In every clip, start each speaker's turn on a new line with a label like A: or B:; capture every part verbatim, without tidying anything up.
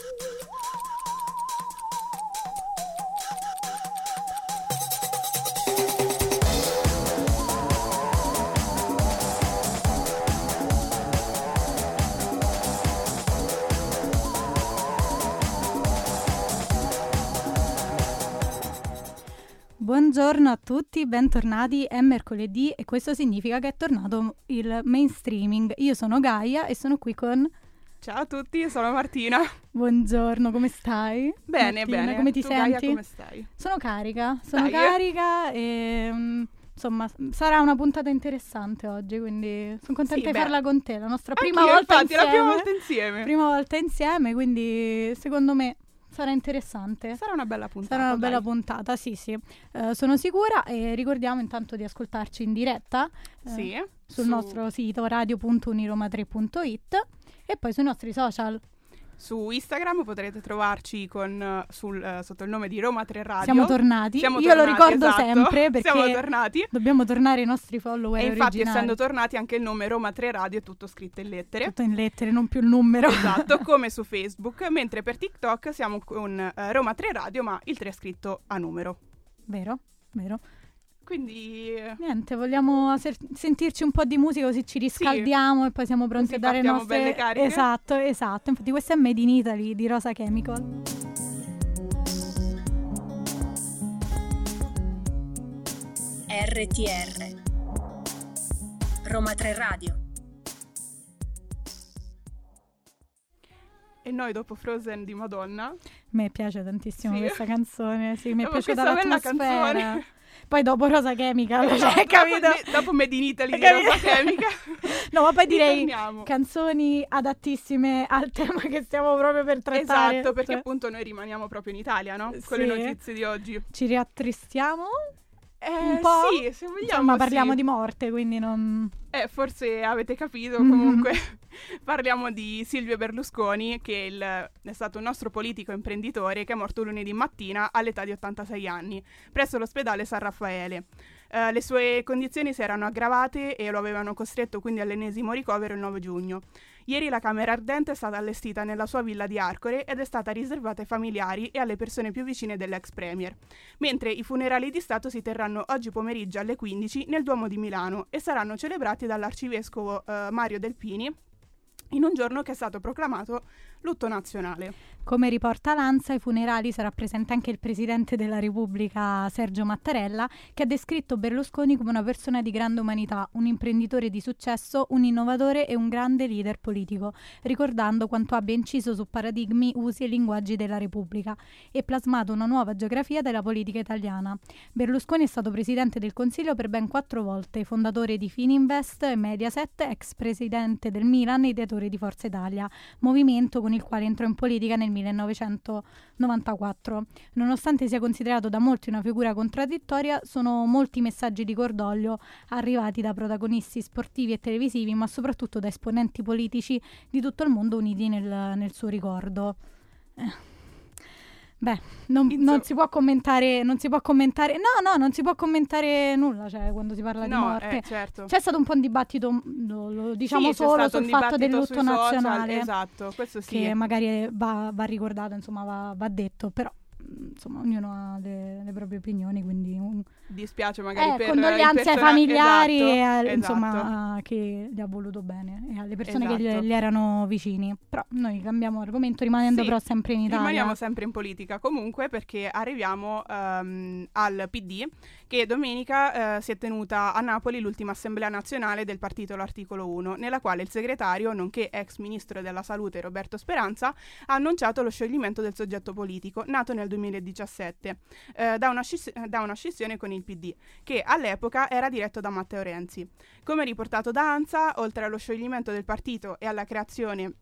A: Buongiorno a tutti, bentornati, è mercoledì e questo significa che è tornato il mainstreaming. Io sono Gaia e sono qui con...
B: Ciao a tutti, sono Martina.
A: Buongiorno, come stai?
B: Bene,
A: Martina,
B: bene.
A: Come ti
B: tu,
A: senti?
B: Gaia, come stai?
A: Sono carica, sono
B: Dai.
A: carica e um, insomma sarà una puntata interessante oggi, quindi sono contenta
B: Sì,
A: di
B: beh.
A: farla con te, la nostra prima
B: Anch'io,
A: volta
B: infatti,
A: insieme.
B: la prima volta insieme.
A: Prima volta insieme, quindi secondo me sarà interessante.
B: Sarà una bella puntata.
A: Sarà una
B: dai.
A: bella puntata, sì sì. Eh, sono sicura e ricordiamo intanto di ascoltarci in diretta eh,
B: Sì.
A: sul
B: su,
A: nostro sito radio punto uniroma tre punto it e poi sui nostri social.
B: Su Instagram potrete trovarci con, eh, sul, eh, sotto il nome di Roma tre Radio.
A: Siamo tornati.
B: Siamo
A: Io
B: tornati,
A: lo ricordo
B: esatto.
A: sempre perché
B: Siamo tornati.
A: dobbiamo tornare ai nostri follower
B: E infatti,
A: originali.
B: essendo tornati, anche il nome Roma tre Radio è tutto scritto in lettere.
A: Tutto in lettere, non più il numero.
B: Esatto, come su Facebook. Mentre per TikTok siamo con eh, Roma tre Radio, ma il tre è scritto a numero.
A: Vero, vero.
B: Quindi... eh,
A: Niente, vogliamo ser- sentirci un po' di musica così ci riscaldiamo e poi siamo pronti
B: Così
A: a dare le
B: partiamo
A: nostre...
B: belle cariche.
A: Esatto, esatto. Infatti questo è Made in Italy di Rosa Chemical.
C: R T R Roma tre Radio.
B: E noi dopo Frozen di Madonna...
A: A me piace tantissimo
B: Sì.
A: questa canzone, sì, mi è
B: Dopo
A: piaciuta
B: questa bella
A: l'atmosfera.
B: canzone.
A: Poi dopo Rosa Chemical,
B: Esatto,
A: cioè, capito?
B: Dopo, me- dopo Made in Italy di
A: Capito?
B: Rosa Chemica.
A: No, ma poi direi
B: Ritorniamo.
A: canzoni adattissime al tema che stiamo proprio per trattare.
B: Esatto, perché
A: Cioè,
B: appunto noi rimaniamo proprio in Italia, no? Con
A: Sì.
B: le notizie di oggi.
A: ci riattristiamo
B: Eh,
A: un po'.
B: Sì, se vogliamo.
A: Insomma, parliamo
B: sì.
A: di morte, quindi non...
B: Eh, forse avete capito,
A: Mhm.
B: comunque parliamo di Silvio Berlusconi, che il- è stato un nostro politico imprenditore che è morto lunedì mattina all'età di ottantasei anni, presso l'ospedale San Raffaele. Eh, le sue condizioni si erano aggravate e lo avevano costretto quindi all'ennesimo ricovero il nove giugno. Ieri la camera ardente è stata allestita nella sua villa di Arcore ed è stata riservata ai familiari e alle persone più vicine dell'ex premier, mentre i funerali di Stato si terranno oggi pomeriggio alle quindici nel Duomo di Milano e saranno celebrati dall'arcivescovo eh, Mario Delpini in un giorno che è stato proclamato lutto nazionale.
A: Come riporta l'Ansa, ai funerali sarà presente anche il Presidente della Repubblica Sergio Mattarella, che ha descritto Berlusconi come una persona di grande umanità, un imprenditore di successo, un innovatore e un grande leader politico, ricordando quanto abbia inciso su paradigmi, usi e linguaggi della Repubblica e plasmato una nuova geografia della politica italiana. Berlusconi è stato Presidente del Consiglio per ben quattro volte, fondatore di Fininvest e Mediaset, ex Presidente del Milan e ideatore di Forza Italia, movimento con il quale entrò in politica nel millenovecentonovantaquattro. Nonostante sia considerato da molti una figura contraddittoria, sono molti messaggi di cordoglio arrivati da protagonisti sportivi e televisivi, ma soprattutto da esponenti politici di tutto il mondo uniti nel, nel suo ricordo. Eh. Beh, non,
B: Insomma.
A: non si può commentare, non si può commentare, no, no, non si può commentare nulla, cioè, quando si parla di
B: No,
A: morte.
B: eh, certo.
A: C'è stato un po' un dibattito, lo, lo diciamo
B: Sì, c'è
A: solo
B: stato
A: sul
B: un
A: fatto del
B: dibattito
A: lutto
B: sui social,
A: nazionale,
B: esatto, questo sì.
A: che magari va, va ricordato, insomma, va, va detto, però mh, insomma, ognuno ha le, le proprie opinioni, quindi un,
B: Dispiace magari
A: eh,
B: per
A: condoglianze
B: il
A: ai
B: persona-
A: familiari
B: esatto,
A: e al-
B: esatto.
A: insomma a chi gli ha voluto bene e alle persone che
B: Esatto.
A: gli, gli erano vicini. Però noi cambiamo argomento rimanendo
B: Sì,
A: però sempre in Italia.
B: Rimaniamo sempre in politica comunque, perché arriviamo ehm, al P D, che domenica eh, si è tenuta a Napoli l'ultima assemblea nazionale del partito L'Articolo uno, nella quale il segretario, nonché ex ministro della salute Roberto Speranza, ha annunciato lo scioglimento del soggetto politico nato nel duemiladiciassette eh, da, una scis- da una scissione con il P D, che all'epoca era diretto da Matteo Renzi. Come riportato da ANSA, oltre allo scioglimento del partito e alla creazione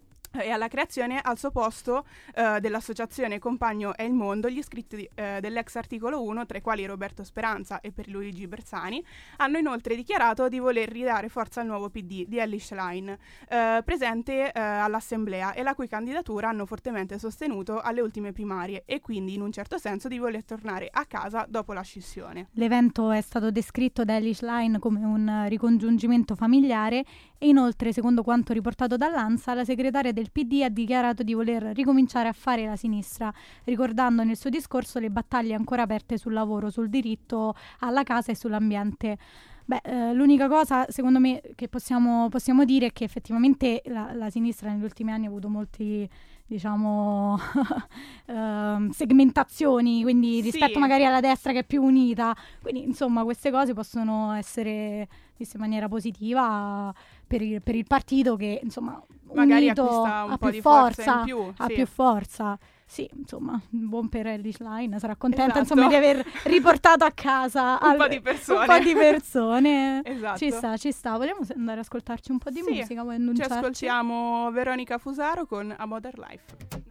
B: e alla creazione al suo posto eh, dell'associazione Compagno è il Mondo, gli iscritti eh, dell'ex articolo uno, tra i quali Roberto Speranza e Pierluigi Bersani, hanno inoltre dichiarato di voler ridare forza al nuovo P D di Elly Schlein, eh, presente eh, all'assemblea e la cui candidatura hanno fortemente sostenuto alle ultime primarie, e quindi in un certo senso di voler tornare a casa dopo la scissione.
A: L'evento è stato descritto da Elly Schlein come un ricongiungimento familiare E inoltre, secondo quanto riportato dall'ANSA, la segretaria del P D ha dichiarato di voler ricominciare a fare la sinistra, ricordando nel suo discorso le battaglie ancora aperte sul lavoro, sul diritto alla casa e sull'ambiente. Beh, eh, l'unica cosa, secondo me, che possiamo, possiamo dire è che effettivamente la, la sinistra negli ultimi anni ha avuto molti, diciamo, uh, segmentazioni, quindi rispetto
B: sì.
A: magari alla destra che è più unita. Quindi, insomma, queste cose possono essere viste in maniera positiva per il, per il partito che, insomma,
B: magari
A: unito
B: acquista un
A: ha
B: po'
A: più
B: di forza
A: forza,
B: in più,
A: ha
B: sì.
A: più forza. Sì, insomma, buon per Elish Line, sarà contenta
B: Esatto.
A: insomma di aver riportato a casa
B: un
A: al,
B: po' di persone.
A: un po' di persone.
B: Esatto.
A: Ci sta, ci sta. Vogliamo andare ad ascoltarci un po' di
B: Sì,
A: musica? Vuoi
B: ci
A: annunciarci?
B: ascoltiamo Veronica Fusaro con A Modern Life.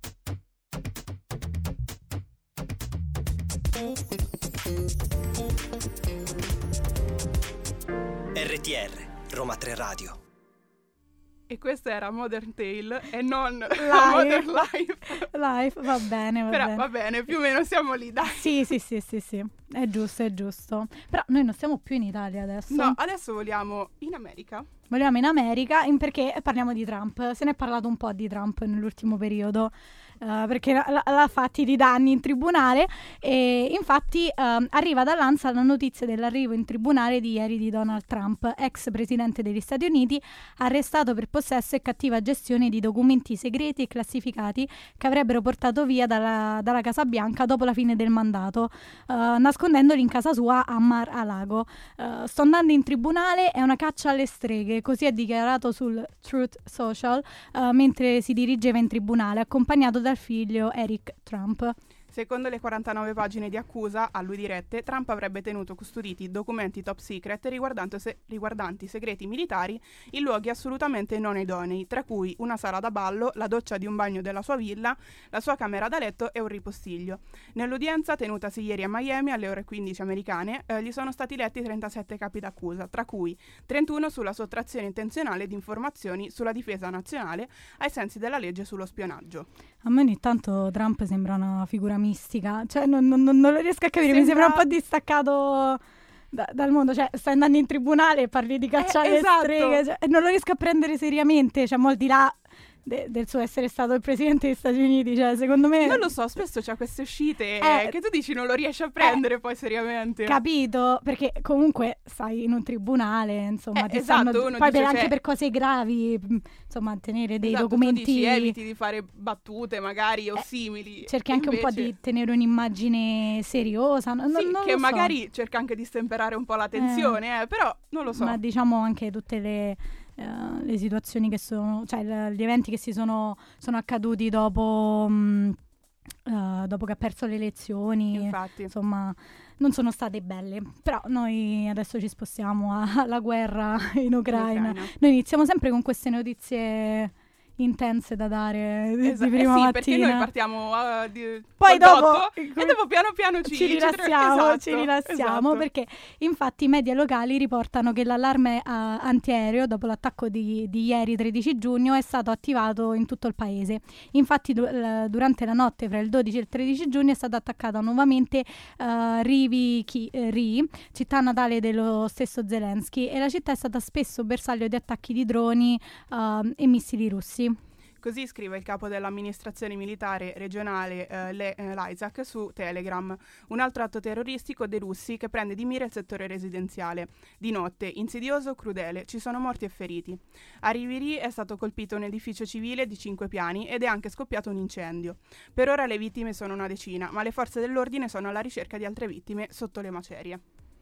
D: R T R, Roma tre Radio.
B: E questa era Modern Tale e non
A: Life.
B: Modern Life.
A: Life, va bene, va
B: Però
A: bene.
B: va bene, più o meno siamo lì, dai.
A: Sì, sì, sì, sì, sì. È giusto, è giusto. Però noi non stiamo più in Italia adesso.
B: No, adesso vogliamo in America.
A: Vogliamo in America, in perché parliamo di Trump. Se ne è parlato un po' di Trump nell'ultimo periodo. Uh, perché l'ha, l'ha fatti di danni in tribunale e infatti uh, arriva dall'ANSA la notizia dell'arrivo in tribunale di ieri di Donald Trump, ex presidente degli Stati Uniti, arrestato per possesso e cattiva gestione di documenti segreti e classificati che avrebbero portato via dalla, dalla Casa Bianca dopo la fine del mandato, uh, nascondendoli in casa sua a Mar-a-Lago. Uh, sto andando in tribunale, è una caccia alle streghe, così ha dichiarato sul Truth Social uh, mentre si dirigeva in tribunale, accompagnato da figlio Eric Trump.
B: Secondo le quarantanove pagine di accusa a lui dirette, Trump avrebbe tenuto custoditi documenti top secret riguardanti, se- riguardanti segreti militari in luoghi assolutamente non idonei, tra cui una sala da ballo, la doccia di un bagno della sua villa, la sua camera da letto e un ripostiglio. Nell'udienza tenutasi ieri a Miami alle ore quindici americane, eh, gli sono stati letti trentasette capi d'accusa, tra cui trentuno sulla sottrazione intenzionale di informazioni sulla difesa nazionale ai sensi della legge sullo spionaggio.
A: A me ogni tanto Trump sembra una figura mistica, cioè non, non, non lo riesco a capire,
B: Sembra...
A: mi sembra un po' distaccato da, dal mondo, cioè stai andando in tribunale e parli di caccia alle
B: eh, esatto.
A: streghe, cioè, non lo riesco a prendere seriamente, cioè mo al di là de, del suo essere stato il presidente degli Stati Uniti, cioè secondo me...
B: Non lo so, spesso c'ha queste uscite
A: eh,
B: che tu dici non lo riesci a prendere eh, poi seriamente.
A: Capito, perché comunque stai in un tribunale, insomma,
B: eh,
A: ti
B: esatto,
A: stanno,
B: uno
A: poi
B: dice,
A: per, anche
B: cioè,
A: per cose gravi, insomma, tenere dei
B: esatto,
A: documenti...
B: tu dici, eviti di fare battute magari o
A: eh,
B: simili.
A: Cerchi anche
B: invece...
A: un po' di tenere un'immagine seriosa, no,
B: sì,
A: non
B: che
A: lo so.
B: magari cerca anche di stemperare un po' la tensione, eh. Eh, però non lo so.
A: Ma diciamo anche tutte le... Uh, le situazioni che sono, cioè l- gli eventi che si sono, sono accaduti dopo, um, uh, dopo che ha perso le elezioni,
B: infatti,
A: insomma, non sono state belle. Però noi adesso ci spostiamo a- alla guerra in Ucraina.
B: in Ucraina.
A: Noi iniziamo sempre con queste notizie intense da dare di,
B: esatto.
A: di prima
B: eh sì,
A: mattina.
B: perché noi partiamo uh, di,
A: poi dopo
B: e dopo piano piano ci,
A: ci rilassiamo,
B: esatto,
A: ci rilassiamo
B: esatto.
A: Perché infatti i media locali riportano che l'allarme uh, antiaereo dopo l'attacco di, di ieri tredici giugno è stato attivato in tutto il paese. Infatti du- l- durante la notte fra il dodici e il tredici giugno è stata attaccata nuovamente uh, Rivi Ki- eh, Ri, città natale dello stesso Zelensky, e la città è stata spesso bersaglio di attacchi di droni uh, e missili russi.
B: Così scrive il capo dell'amministrazione militare regionale eh, Le- eh, l'Isaac su Telegram. Un altro atto terroristico dei russi che prende di mira il settore residenziale. Di notte, insidioso, crudele, ci sono morti e feriti. A Riviri è stato colpito un edificio civile di cinque piani ed è anche scoppiato un incendio. Per ora le vittime sono una decina, ma le forze dell'ordine sono alla ricerca di altre vittime sotto le macerie.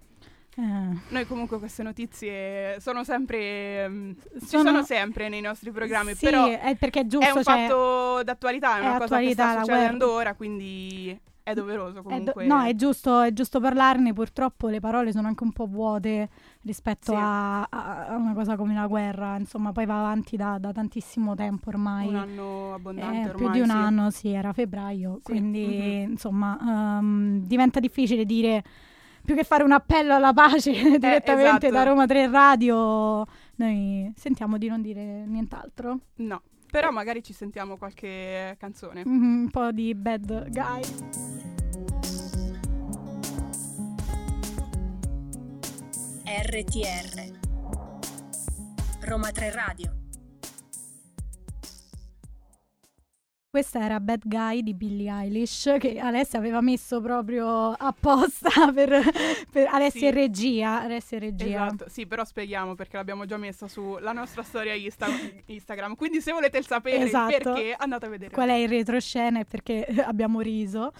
A: Eh.
B: Noi comunque queste notizie sono sempre um,
A: sono,
B: ci sono sempre nei nostri programmi,
A: sì,
B: però
A: è perché è giusto,
B: è un
A: cioè,
B: fatto d'attualità, è,
A: è
B: una cosa che sta
A: la
B: succedendo
A: guerra.
B: ora, quindi è doveroso comunque.
A: È do- no, è giusto, è giusto parlarne, purtroppo le parole sono anche un po' vuote rispetto
B: sì.
A: a, a, a una cosa come la guerra, insomma, poi va avanti da, da tantissimo tempo ormai.
B: Un anno abbondante
A: eh,
B: ormai.
A: Più di un
B: sì.
A: anno, sì, era febbraio,
B: Sì.
A: quindi
B: Mm-hmm.
A: insomma um, diventa difficile dire, più che fare un appello alla pace direttamente
B: esatto.
A: da Roma tre Radio, noi sentiamo di non dire nient'altro.
B: No, però magari ci sentiamo qualche canzone.
A: Mm-hmm, un po' di Bad Guy.
C: R T R Roma tre Radio.
A: Questa era Bad Guy di Billie Eilish, che Alessia aveva messo proprio apposta per, per Alessia
B: Sì.
A: e regia. Alessia e regia.
B: Esatto, sì, però spieghiamo perché l'abbiamo già messa sulla nostra storia Insta- Instagram. Quindi se volete il sapere
A: Esatto.
B: il perché, andate a vedere.
A: Qual è il retroscena e perché abbiamo riso.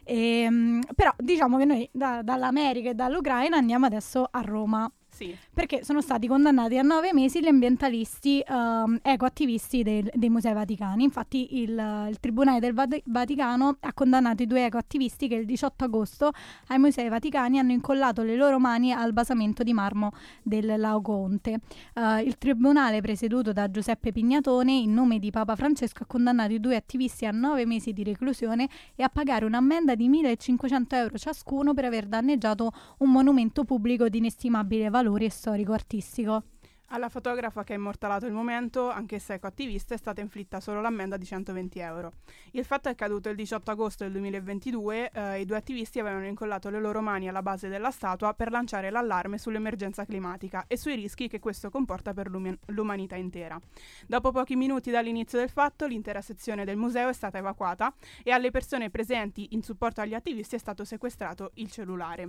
A: E, però diciamo che noi da- dall'America e dall'Ucraina andiamo adesso a Roma.
B: Sì,
A: Perché sono stati condannati a nove mesi gli ambientalisti ehm, ecoattivisti del- dei Musei Vaticani. Infatti il, il Tribunale del Vati- Vaticano ha condannato i due ecoattivisti che il diciotto agosto ai Musei Vaticani hanno incollato le loro mani al basamento di marmo del Laocoonte. Eh, il tribunale presieduto da Giuseppe Pignatone, in nome di Papa Francesco, ha condannato i due attivisti a nove mesi di reclusione e a pagare un'ammenda di millecinquecento euro ciascuno per aver danneggiato un monumento pubblico di inestimabile valore storico-artistico.
B: alla fotografa che ha immortalato il momento, anch'essa ecoattivista, è stata inflitta solo l'ammenda di centoventi euro. Il fatto è accaduto il diciotto agosto del duemilaventidue. Eh, i due attivisti avevano incollato le loro mani alla base della statua per lanciare l'allarme sull'emergenza climatica e sui rischi che questo comporta per l'um- l'umanità intera. Dopo pochi minuti dall'inizio del fatto, l'intera sezione del museo è stata evacuata e alle persone presenti in supporto agli attivisti è stato sequestrato il cellulare.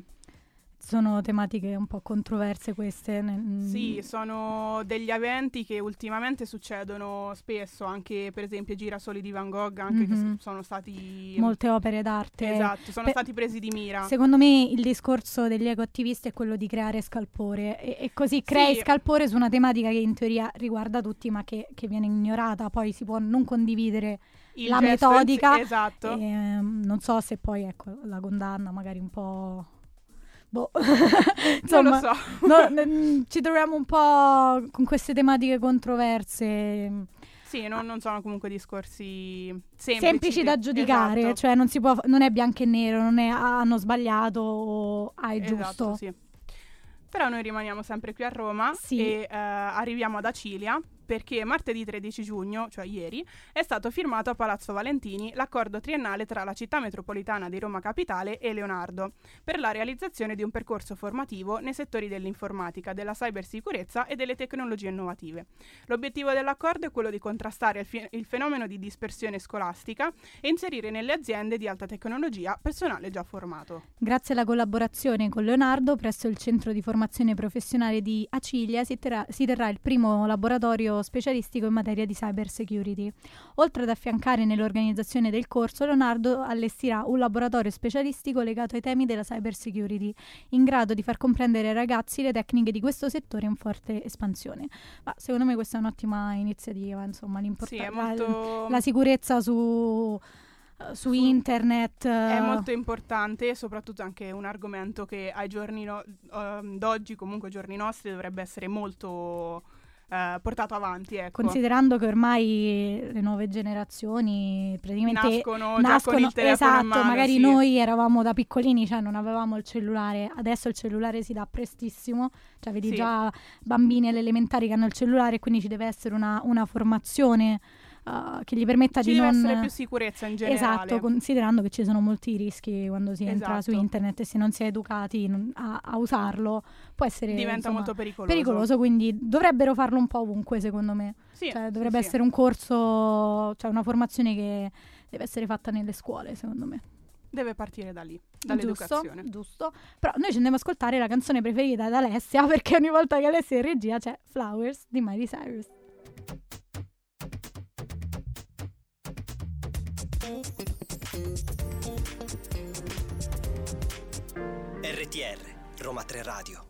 A: Sono tematiche un po' controverse queste. nel-
B: Sì, sono degli eventi che ultimamente succedono spesso, anche per esempio i girasoli di Van Gogh, anche che
A: Mhm.
B: s- sono stati...
A: Molte opere d'arte.
B: Esatto, sono
A: Per-
B: stati presi di mira.
A: Secondo me il discorso degli ecoattivisti è quello di creare scalpore e, e così crei
B: Sì.
A: scalpore su una tematica che in teoria riguarda tutti ma che, che viene ignorata. Poi si può non condividere
B: Il
A: la
B: gesto in
A: metodica.
B: sé- esatto.
A: e, ehm, non so se poi ecco la condanna magari un po'... Boh. Insomma,
B: non lo so.
A: no, n- ci troviamo un po' con queste tematiche controverse.
B: Sì, non, non sono comunque discorsi semplici,
A: Semplici da
B: che-
A: giudicare,
B: esatto.
A: cioè non si può, non è bianco e nero, non è ah, hanno sbagliato o ah, è
B: Esatto,
A: giusto.
B: sì. Però noi rimaniamo sempre qui a Roma
A: Sì.
B: e eh, arriviamo ad Acilia perché martedì tredici giugno, cioè ieri, è stato firmato a Palazzo Valentini l'accordo triennale tra la città metropolitana di Roma Capitale e Leonardo per la realizzazione di un percorso formativo nei settori dell'informatica, della cybersicurezza e delle tecnologie innovative. L'obiettivo dell'accordo è quello di contrastare il, fi- il fenomeno di dispersione scolastica e inserire nelle aziende di alta tecnologia personale già formato.
A: Grazie alla collaborazione con Leonardo, presso il centro di formazione professionale di Acilia si terrà, si terrà il primo laboratorio specialistico in materia di cyber security. Oltre ad affiancare nell'organizzazione del corso, Leonardo allestirà un laboratorio specialistico legato ai temi della cyber security, in grado di far comprendere ai ragazzi le tecniche di questo settore in forte espansione. Ma secondo me questa è un'ottima iniziativa, insomma, l'importa-
B: Sì, è
A: la-
B: molto...
A: la, sicurezza su, eh, su
B: Su-
A: internet.
B: È
A: eh,
B: molto importante, soprattutto anche un argomento che ai giorni no- ehm, d'oggi, comunque ai giorni nostri, dovrebbe essere molto eh, portato avanti, ecco.
A: Considerando che ormai le nuove generazioni praticamente
B: Nascono, già con
A: nascono,
B: il telefono
A: esatto,
B: in mano,
A: magari
B: sì.
A: noi eravamo da piccolini, cioè non avevamo il cellulare, adesso il cellulare si dà prestissimo, cioè vedi
B: Sì.
A: già bambini alle elementari che hanno il cellulare, quindi ci deve essere una, una formazione uh, che gli permetta
B: Ci
A: di
B: deve
A: non...
B: essere più sicurezza in generale.
A: Esatto, considerando che ci sono molti rischi quando si entra su
B: Esatto.
A: internet e se non si è educati non- a, a usarlo può essere
B: Diventa
A: insomma,
B: molto pericoloso.
A: pericoloso, quindi dovrebbero farlo un po' ovunque secondo me.
B: Sì,
A: Cioè,
B: sì,
A: dovrebbe
B: sì.
A: essere un corso, cioè una formazione che deve essere fatta nelle scuole, secondo me.
B: Deve partire da lì,
A: Giusto,
B: dall'educazione.
A: giusto. Però noi ci andiamo ad ascoltare la canzone preferita da Alessia, perché ogni volta che Alessia è in regia c'è Flowers di Miley Cyrus.
D: R T R, Roma tre Radio.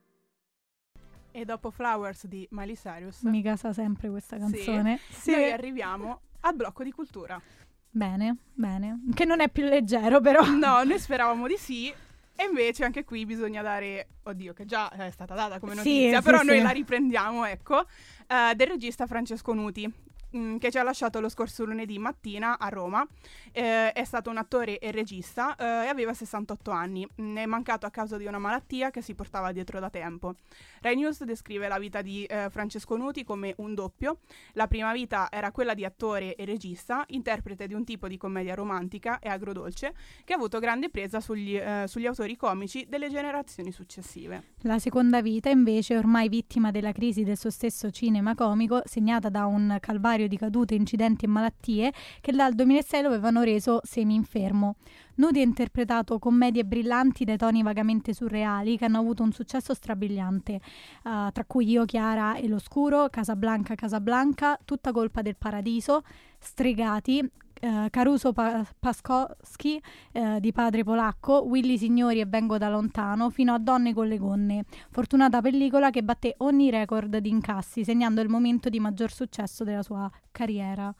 B: E dopo Flowers di Miley Cyrus,
A: Mi casa sempre questa canzone. Sì.
B: noi arriviamo al blocco di cultura.
A: Bene, bene. Che non è più leggero, però.
B: No, noi speravamo di sì. E invece anche qui bisogna dare, oddio, che già è stata data come
A: Sì,
B: notizia,
A: sì,
B: però
A: sì.
B: noi la riprendiamo, ecco, eh, del regista Francesco Nuti, mh, che ci ha lasciato lo scorso lunedì mattina a Roma. Eh, è stato un attore e regista eh, e aveva sessantotto anni. Ne è mancato a causa di una malattia che si portava dietro da tempo. Rai News descrive la vita di eh, Francesco Nuti come un doppio. La prima vita era quella di attore e regista, interprete di un tipo di commedia romantica e agrodolce, che ha avuto grande presa sugli, eh, sugli autori comici delle generazioni successive.
A: La seconda vita, invece, ormai vittima della crisi del suo stesso cinema comico, segnata da un calvario di cadute, incidenti e malattie che dal duemilasei lo avevano reso semi-infermo. Nuti ha interpretato commedie brillanti dai toni vagamente surreali che hanno avuto un successo strabiliante, uh, tra cui Io, Chiara e l'Oscuro, Casablanca, Casablanca, Tutta colpa del paradiso, Stregati, Uh, Caruso pa- Pascowski uh, di padre polacco, Willy Signori e Vengo da lontano, fino a Donne con le gonne, fortunata pellicola che batté ogni record di incassi, segnando il momento di maggior successo della sua carriera.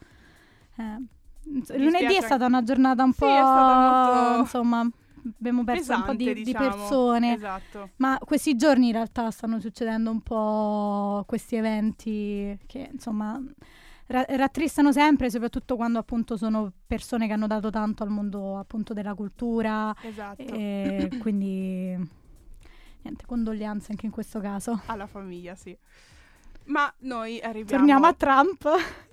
A: Eh, lunedì è stata una giornata un
B: sì,
A: po',
B: è stata molto...
A: insomma, abbiamo perso
B: pesante,
A: un po' di,
B: diciamo.
A: di persone,
B: esatto.
A: Ma questi giorni in realtà stanno succedendo un po' questi eventi che, insomma... Ra- rattristano sempre, soprattutto quando appunto sono persone che hanno dato tanto al mondo appunto della cultura.
B: Esatto.
A: E quindi niente, condoglianze anche in questo caso.
B: Alla famiglia, sì. Ma noi arriviamo...
A: Torniamo a Trump.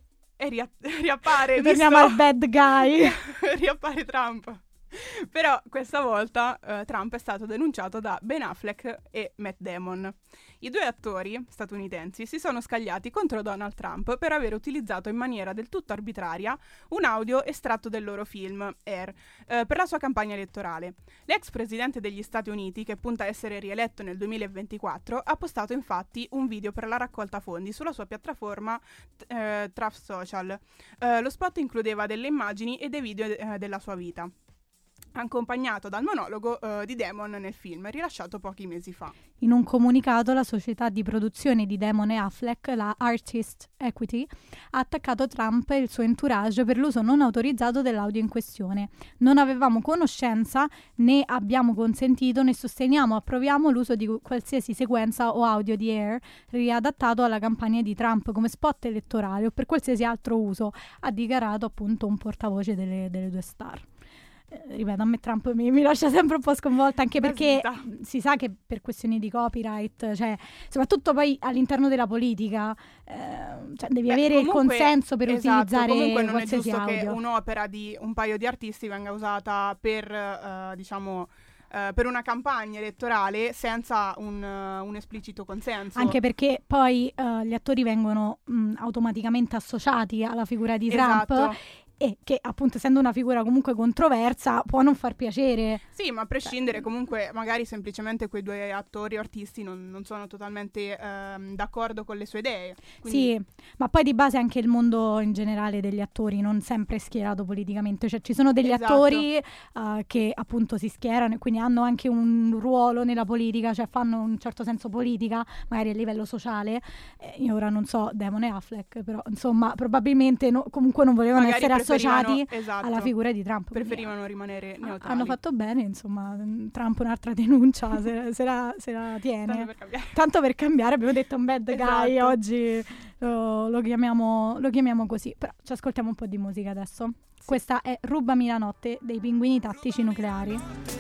B: E ria- riappare...
A: Torniamo
B: visto...
A: al bad guy.
B: riappare Trump. Però questa volta uh, Trump è stato denunciato da Ben Affleck e Matt Damon. I due attori statunitensi si sono scagliati contro Donald Trump per aver utilizzato in maniera del tutto arbitraria un audio estratto del loro film Air uh, per la sua campagna elettorale. L'ex presidente degli Stati Uniti, che punta a essere rieletto nel duemilaventiquattro, ha postato infatti un video per la raccolta fondi sulla sua piattaforma uh, Truth Social. Uh, lo spot includeva delle immagini e dei video uh, della sua vita, accompagnato dal monologo uh, di Damon nel film, rilasciato pochi mesi fa.
A: In un comunicato, la società di produzione di Damon e Affleck, la Artist Equity, ha attaccato Trump e il suo entourage per l'uso non autorizzato dell'audio in questione. Non avevamo conoscenza, né abbiamo consentito, né sosteniamo o approviamo l'uso di qualsiasi sequenza o audio di Air riadattato alla campagna di Trump come spot elettorale o per qualsiasi altro uso, ha dichiarato appunto un portavoce delle, delle due star. Ripeto, a me Trump mi, mi lascia sempre un po' sconvolta, anche perché
B: Basita.
A: Si sa che per questioni di copyright, cioè soprattutto poi all'interno della politica, eh, cioè devi
B: Beh,
A: avere
B: comunque,
A: il consenso per
B: esatto,
A: utilizzare
B: comunque non
A: qualsiasi
B: è giusto
A: audio.
B: che un'opera di un paio di artisti venga usata per uh, diciamo uh, per una campagna elettorale senza un, uh, un esplicito consenso.
A: Anche perché poi uh, gli attori vengono mh, automaticamente associati alla figura di
B: esatto.
A: Trump, e che appunto essendo una figura comunque controversa può non far piacere.
B: Sì, ma a prescindere comunque magari semplicemente quei due attori o artisti non, non sono totalmente ehm, d'accordo con le sue idee. Quindi...
A: Sì, ma poi di base anche il mondo in generale degli attori non sempre è schierato politicamente, cioè ci sono degli
B: esatto.
A: attori uh, che appunto si schierano e quindi hanno anche un ruolo nella politica, cioè fanno un certo senso politica, magari a livello sociale. Eh, io ora non so Damon e Affleck, però insomma probabilmente no, comunque non volevano
B: magari
A: essere associati
B: esatto,
A: alla figura di Trump.
B: preferivano rimanere neutrali.
A: Hanno fatto bene, insomma, Trump un'altra denuncia se, se, la, se la tiene.
B: Tanto per cambiare,
A: Tanto per cambiare abbiamo detto un bad guy,
B: esatto.
A: oggi lo, lo, chiamiamo, lo chiamiamo così. Però ci ascoltiamo un po' di musica adesso. Sì. Questa è Rubami la notte dei Pinguini Tattici Nucleari.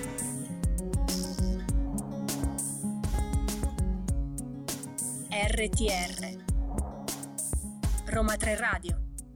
C: R T R Roma tre Radio.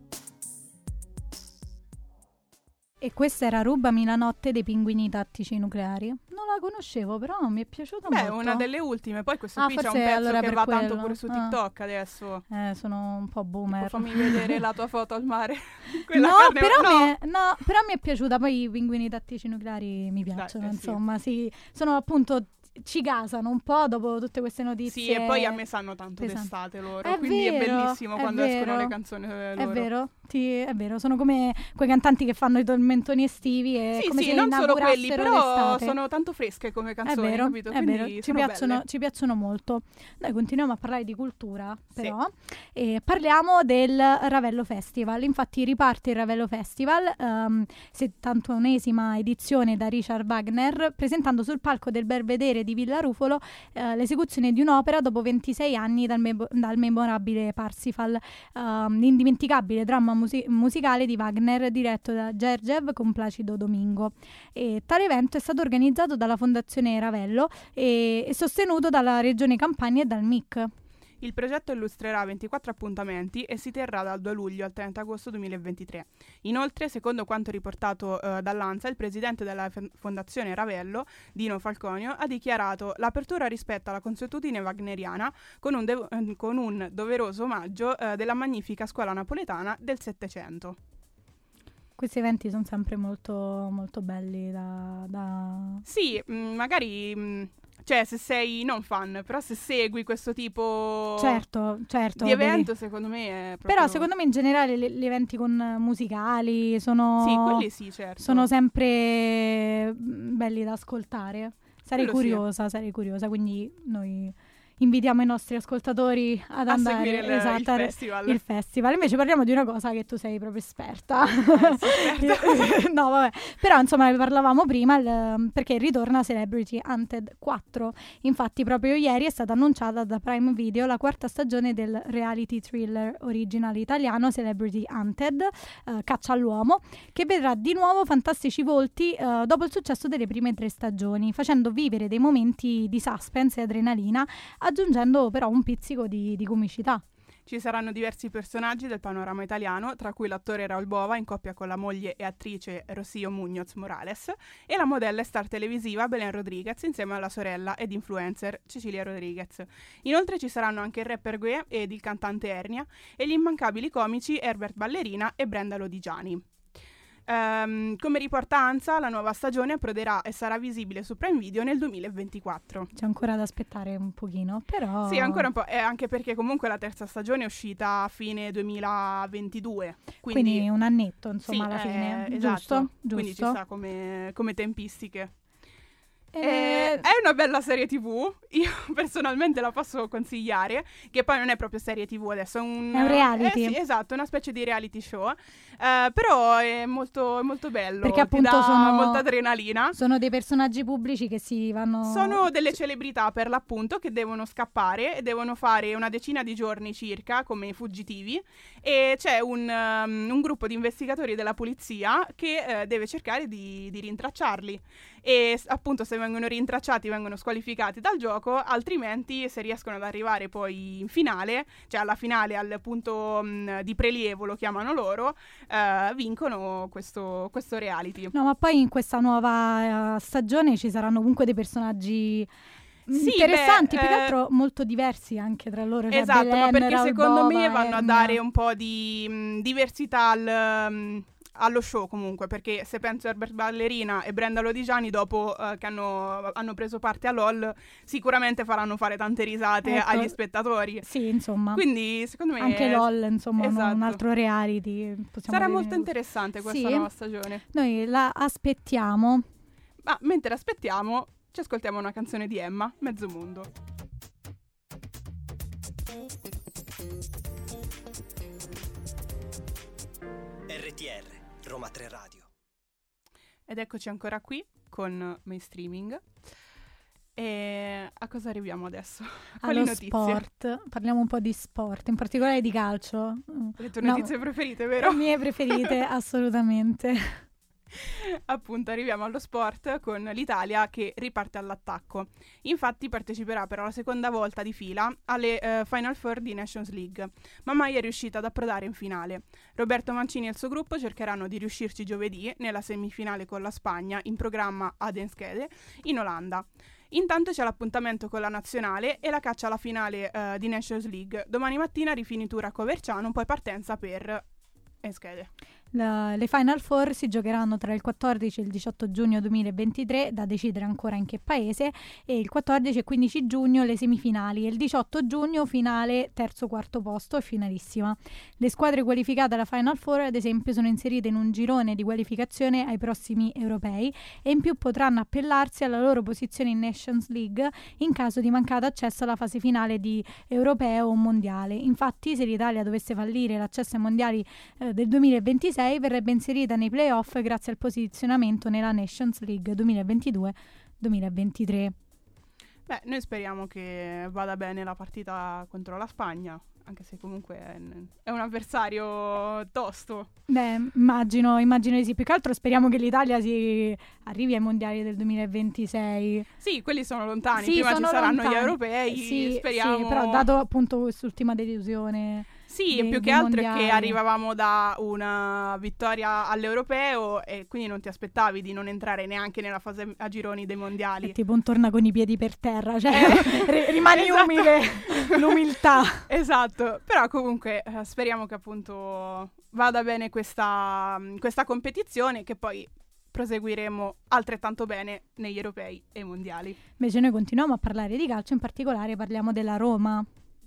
A: E questa era Rubami la notte dei Pinguini Tattici Nucleari. Non la conoscevo, però mi è piaciuta
B: Beh,
A: molto.
B: Beh, una delle ultime. Poi questo
A: ah,
B: qui c'è un
A: forse
B: pezzo
A: allora
B: che
A: per
B: va
A: quello.
B: tanto pure su TikTok
A: ah.
B: adesso.
A: Eh, sono un po' boomer.
B: Tipo, fammi vedere la tua foto al mare. Quella
A: no,
B: carne...
A: però
B: no.
A: Mi è, no, però mi è piaciuta. Poi i Pinguini Tattici Nucleari mi piacciono,
B: Dai, eh,
A: insomma, sì. sì. Sono appunto... ci gasano un po' dopo tutte queste notizie.
B: Sì, e poi a me sanno tanto
A: pesanti.
B: d'estate loro,
A: È
B: quindi
A: vero,
B: è bellissimo
A: è
B: quando
A: vero,
B: escono le canzoni loro.
A: È vero, Sì, è vero, sono come quei cantanti che fanno i tormentoni estivi e
B: sì,
A: come
B: sì,
A: se
B: non solo quelli,
A: inaugurassero
B: però
A: l'estate.
B: sono tanto fresche come canzoni,
A: è vero,
B: capito?
A: È
B: Quindi
A: vero, ci
B: sono
A: piacciono,
B: belle.
A: ci piacciono molto. Noi continuiamo a parlare di cultura, però,
B: sì.
A: e parliamo del Ravello Festival. Infatti riparte il Ravello Festival, um, settantunesima edizione da Richard Wagner, presentando sul palco del Belvedere di Villa Rufolo uh, l'esecuzione di un'opera dopo ventisei anni dal, mebo- dal memorabile Parsifal, um, l'indimenticabile dramma musi- musicale di Wagner diretto da Gergiev con Placido Domingo. E tale evento è stato organizzato dalla Fondazione Ravello e, e sostenuto dalla Regione Campania e dal M I C.
B: Il progetto illustrerà ventiquattro appuntamenti e si terrà dal due luglio al trenta agosto duemilaventitré. Inoltre, secondo quanto riportato eh, dall'ANSA, il presidente della f- Fondazione Ravello, Dino Falconio, ha dichiarato: l'apertura rispetta la consuetudine wagneriana con un, de- con un doveroso omaggio eh, della magnifica scuola napoletana del Settecento.
A: Questi eventi sono sempre molto, molto belli da... da...
B: Sì, mh, magari... Mh, cioè, se sei non fan, però se segui questo tipo
A: certo, certo,
B: di evento,
A: vedi.
B: secondo me è proprio...
A: Però secondo me in generale le- gli eventi con musicali sono...
B: Sì, quelli sì, certo.
A: Sono sempre belli da ascoltare. Sarei
B: Quello
A: curiosa,
B: sì.
A: sarei curiosa, quindi noi invitiamo i nostri ascoltatori ad
B: a
A: andare
B: seguire il,
A: esatto,
B: il festival.
A: il festival. Invece parliamo di una cosa che tu sei proprio esperta.
B: Eh, sì, esperta.
A: No, vabbè. Però insomma ne parlavamo prima il, perché ritorna Celebrity Hunted quattro. Infatti proprio ieri è stata annunciata da Prime Video la quarta stagione del reality thriller originale italiano Celebrity Hunted, eh, Caccia all'uomo, che vedrà di nuovo fantastici volti eh, dopo il successo delle prime tre stagioni, facendo vivere dei momenti di suspense e adrenalina, aggiungendo però un pizzico di, di comicità.
B: Ci saranno diversi personaggi del panorama italiano, tra cui l'attore Raul Bova in coppia con la moglie e attrice Rocío Muñoz Morales e la modella e star televisiva Belén Rodríguez insieme alla sorella ed influencer Cecilia Rodríguez. Inoltre ci saranno anche il rapper Gue ed il cantante Ernia e gli immancabili comici Herbert Ballerina e Brenda Lodigiani. Um, come riporta ANSA, la nuova stagione approderà e sarà visibile su Prime Video nel duemilaventiquattro.
A: C'è ancora da aspettare un pochino, però...
B: Sì, ancora un po', eh, anche perché comunque la terza stagione è uscita a fine duemilaventidue. Quindi,
A: quindi un annetto, insomma,
B: sì,
A: alla fine.
B: eh,
A: Giusto?
B: esatto.
A: Giusto?
B: Quindi ci sta come, come tempistiche.
A: Eh,
B: Eh, è una bella serie tivù, io personalmente la posso consigliare, che poi non è proprio serie tivù adesso, è un,
A: È un reality.
B: Eh, sì, esatto, una specie di reality show, eh, però è molto, è molto bello,
A: Perché
B: ti
A: appunto
B: dà
A: sono-
B: molta adrenalina.
A: Sono dei personaggi pubblici che si vanno...
B: Sono delle celebrità per l'appunto che devono scappare e devono fare una decina di giorni circa come fuggitivi e c'è un, um, un gruppo di investigatori della polizia che uh, deve cercare di, di rintracciarli e s- appunto se vengono rintracciati vengono squalificati dal gioco, altrimenti se riescono ad arrivare poi in finale, cioè alla finale al punto um, di prelievo lo chiamano loro, uh, vincono questo, questo reality.
A: No, ma poi in questa nuova eh, stagione ci saranno comunque dei personaggi
B: Sì,
A: interessanti,
B: beh,
A: più che
B: eh,
A: altro molto diversi anche tra loro. Cioè
B: esatto,
A: Belen,
B: ma perché
A: Raul
B: secondo
A: Bova,
B: me vanno a
A: Ernia.
B: dare un po' di mh, diversità al, mh, allo show comunque, perché se penso a Herbert Ballerina e Brenda Lodigiani dopo uh, che hanno, hanno preso parte a LOL sicuramente faranno fare tante risate
A: Ecco.
B: agli spettatori.
A: Sì, insomma.
B: Quindi secondo me
A: Anche LOL, insomma,
B: esatto.
A: un altro reality. possiamo
B: Sarà
A: dire.
B: molto interessante questa
A: Sì.
B: nuova stagione.
A: Noi la aspettiamo.
B: Ma mentre aspettiamo ci ascoltiamo una canzone di Emma, Mezzo Mondo.
D: R T R, Roma tre Radio.
B: Ed eccoci ancora qui con Mainstreaming. E a cosa arriviamo adesso? A quali
A: Allo
B: notizie?
A: sport. Parliamo un po' di sport, in particolare di calcio.
B: Le tue
A: No,
B: notizie preferite, vero?
A: Le mie preferite, assolutamente.
B: Appunto, arriviamo allo sport con l'Italia che riparte all'attacco. Infatti parteciperà per la seconda volta di fila alle uh, Final Four di Nations League, ma mai è riuscita ad approdare in finale. Roberto Mancini e il suo gruppo cercheranno di riuscirci giovedì nella semifinale con la Spagna in programma ad Enschede in Olanda. Intanto c'è l'appuntamento con la nazionale e la caccia alla finale uh, di Nations League. Domani mattina rifinitura a Coverciano, poi partenza per Enschede.
A: La, le Final Four si giocheranno tra il quattordici e il diciotto giugno duemilaventitré, da decidere ancora in che paese, e il quattordici e quindici giugno le semifinali e il diciotto giugno finale terzo quarto posto e finalissima. Le squadre qualificate alla Final Four, ad esempio, sono inserite in un girone di qualificazione ai prossimi europei e in più potranno appellarsi alla loro posizione in Nations League in caso di mancato accesso alla fase finale di europeo o mondiale. Infatti, se l'Italia dovesse fallire l'accesso ai mondiali eh, del duemilaventisei, verrebbe inserita nei playoff grazie al posizionamento nella Nations League duemilaventidue duemilaventitré.
B: Beh, noi speriamo che vada bene la partita contro la Spagna, anche se comunque è, è un avversario tosto.
A: Beh, immagino, immagino di sì. Più che altro speriamo che l'Italia si arrivi ai mondiali del duemilaventisei.
B: Sì, quelli sono lontani,
A: sì,
B: prima
A: sono
B: ci saranno
A: lontani.
B: gli europei,
A: sì,
B: speriamo.
A: Sì, però dato appunto quest'ultima delusione.
B: Sì,
A: dei,
B: più che
A: dei
B: altro
A: mondiali.
B: è che arrivavamo da una vittoria all'europeo e quindi non ti aspettavi di non entrare neanche nella fase a gironi dei mondiali.
A: È tipo un torna con i piedi per terra, cioè
B: Eh,
A: r- rimani
B: esatto.
A: umile, l'umiltà.
B: Esatto, però comunque eh, speriamo che appunto vada bene questa, questa competizione, che poi proseguiremo altrettanto bene negli europei e ai mondiali.
A: Invece noi continuiamo a parlare di calcio, in particolare parliamo della Roma.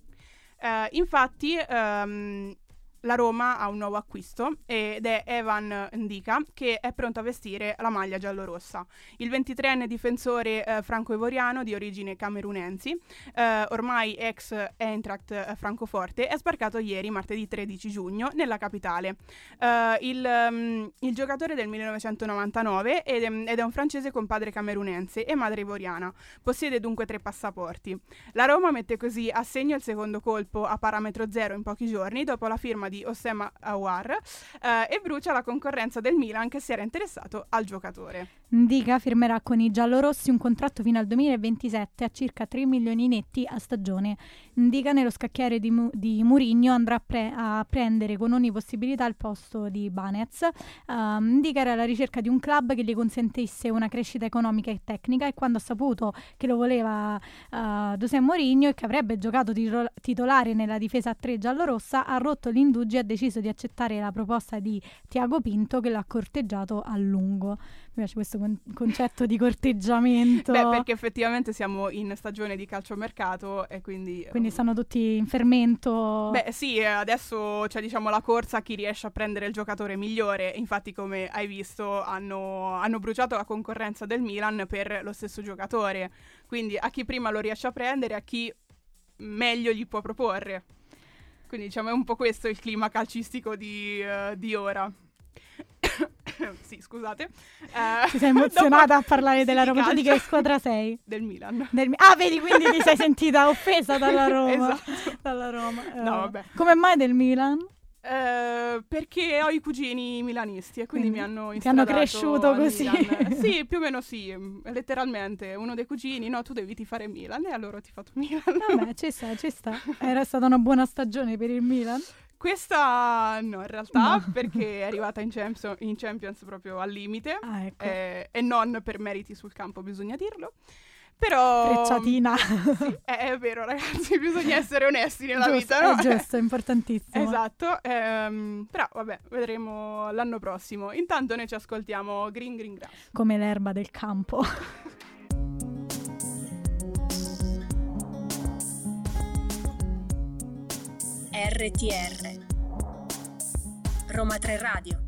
B: Eh, infatti ehm, la Roma ha un nuovo acquisto ed è Evan Ndika, che è pronto a vestire la maglia giallorossa. Il ventitreenne difensore eh, franco-ivoriano di origine camerunensi, eh, ormai ex Eintracht eh, Francoforte, è sbarcato ieri, martedì tredici giugno, nella capitale. Eh, il, um, il giocatore del millenovecentonovantanove ed è, ed è un francese con padre camerunense e madre ivoriana. Possiede dunque tre passaporti. La Roma mette così a segno il secondo colpo a parametro zero in pochi giorni, dopo la firma di Oussema Aouar, eh, e brucia la concorrenza del Milan, che si era interessato al giocatore.
A: Ndika firmerà con i giallorossi un contratto fino al duemilaventisette a circa tre milioni netti a stagione. Ndika, nello scacchiere di, Mu- di Mourinho, andrà a, pre- a prendere con ogni possibilità il posto di Banez. Uh, Ndika era alla ricerca di un club che gli consentisse una crescita economica e tecnica, e quando ha saputo che lo voleva uh, José Mourinho e che avrebbe giocato titol- titolare nella difesa a tre giallorossa, ha rotto l'indugio e ha deciso di accettare la proposta di Tiago Pinto, che l'ha corteggiato a lungo. Mi piace questo con- concetto di corteggiamento.
B: Beh, perché effettivamente siamo in stagione di calciomercato e quindi...
A: Quindi stanno tutti in fermento.
B: Beh sì, adesso c'è diciamo la corsa a chi riesce a prendere il giocatore migliore. Infatti, come hai visto, hanno, hanno bruciato la concorrenza del Milan per lo stesso giocatore. Quindi a chi prima lo riesce a prendere, a chi meglio gli può proporre. Quindi diciamo è un po' questo il clima calcistico di, uh, di ora. Sì, scusate. Eh,
A: Ti sei emozionata
B: dopo-
A: a parlare
B: sì,
A: della
B: di
A: Roma. Tu di
B: calcio.
A: che squadra sei?
B: Del Milan.
A: Del Mi- ah, vedi, quindi ti sei sentita offesa dalla Roma.
B: Esatto.
A: Dalla Roma.
B: No,
A: Eh,
B: vabbè.
A: Come mai del Milan?
B: Eh, perché ho i cugini milanisti e quindi,
A: Quindi
B: mi hanno
A: ti hanno
B: instradato
A: cresciuto
B: al
A: così.
B: Milan. Sì, più o meno sì, letteralmente. Uno dei cugini, no, tu devi tifare Milan, e allora ho tifato Milan.
A: Vabbè, ci sta, ci sta. Era stata una buona stagione per il Milan.
B: Questa no, in realtà,
A: No.
B: perché è arrivata in, Champions, in Champions proprio al limite,
A: Ah, ecco.
B: eh, e non per meriti sul campo, bisogna dirlo. Però
A: Frecciatina.
B: sì, è, è vero, ragazzi, bisogna essere onesti nella
A: Giusto,
B: vita, no?
A: è giusto, è importantissimo.
B: Esatto, ehm, però vabbè, vedremo l'anno prossimo. Intanto noi ci ascoltiamo Green Green Grass.
A: Come l'erba del campo.
C: R T R Roma tre Radio.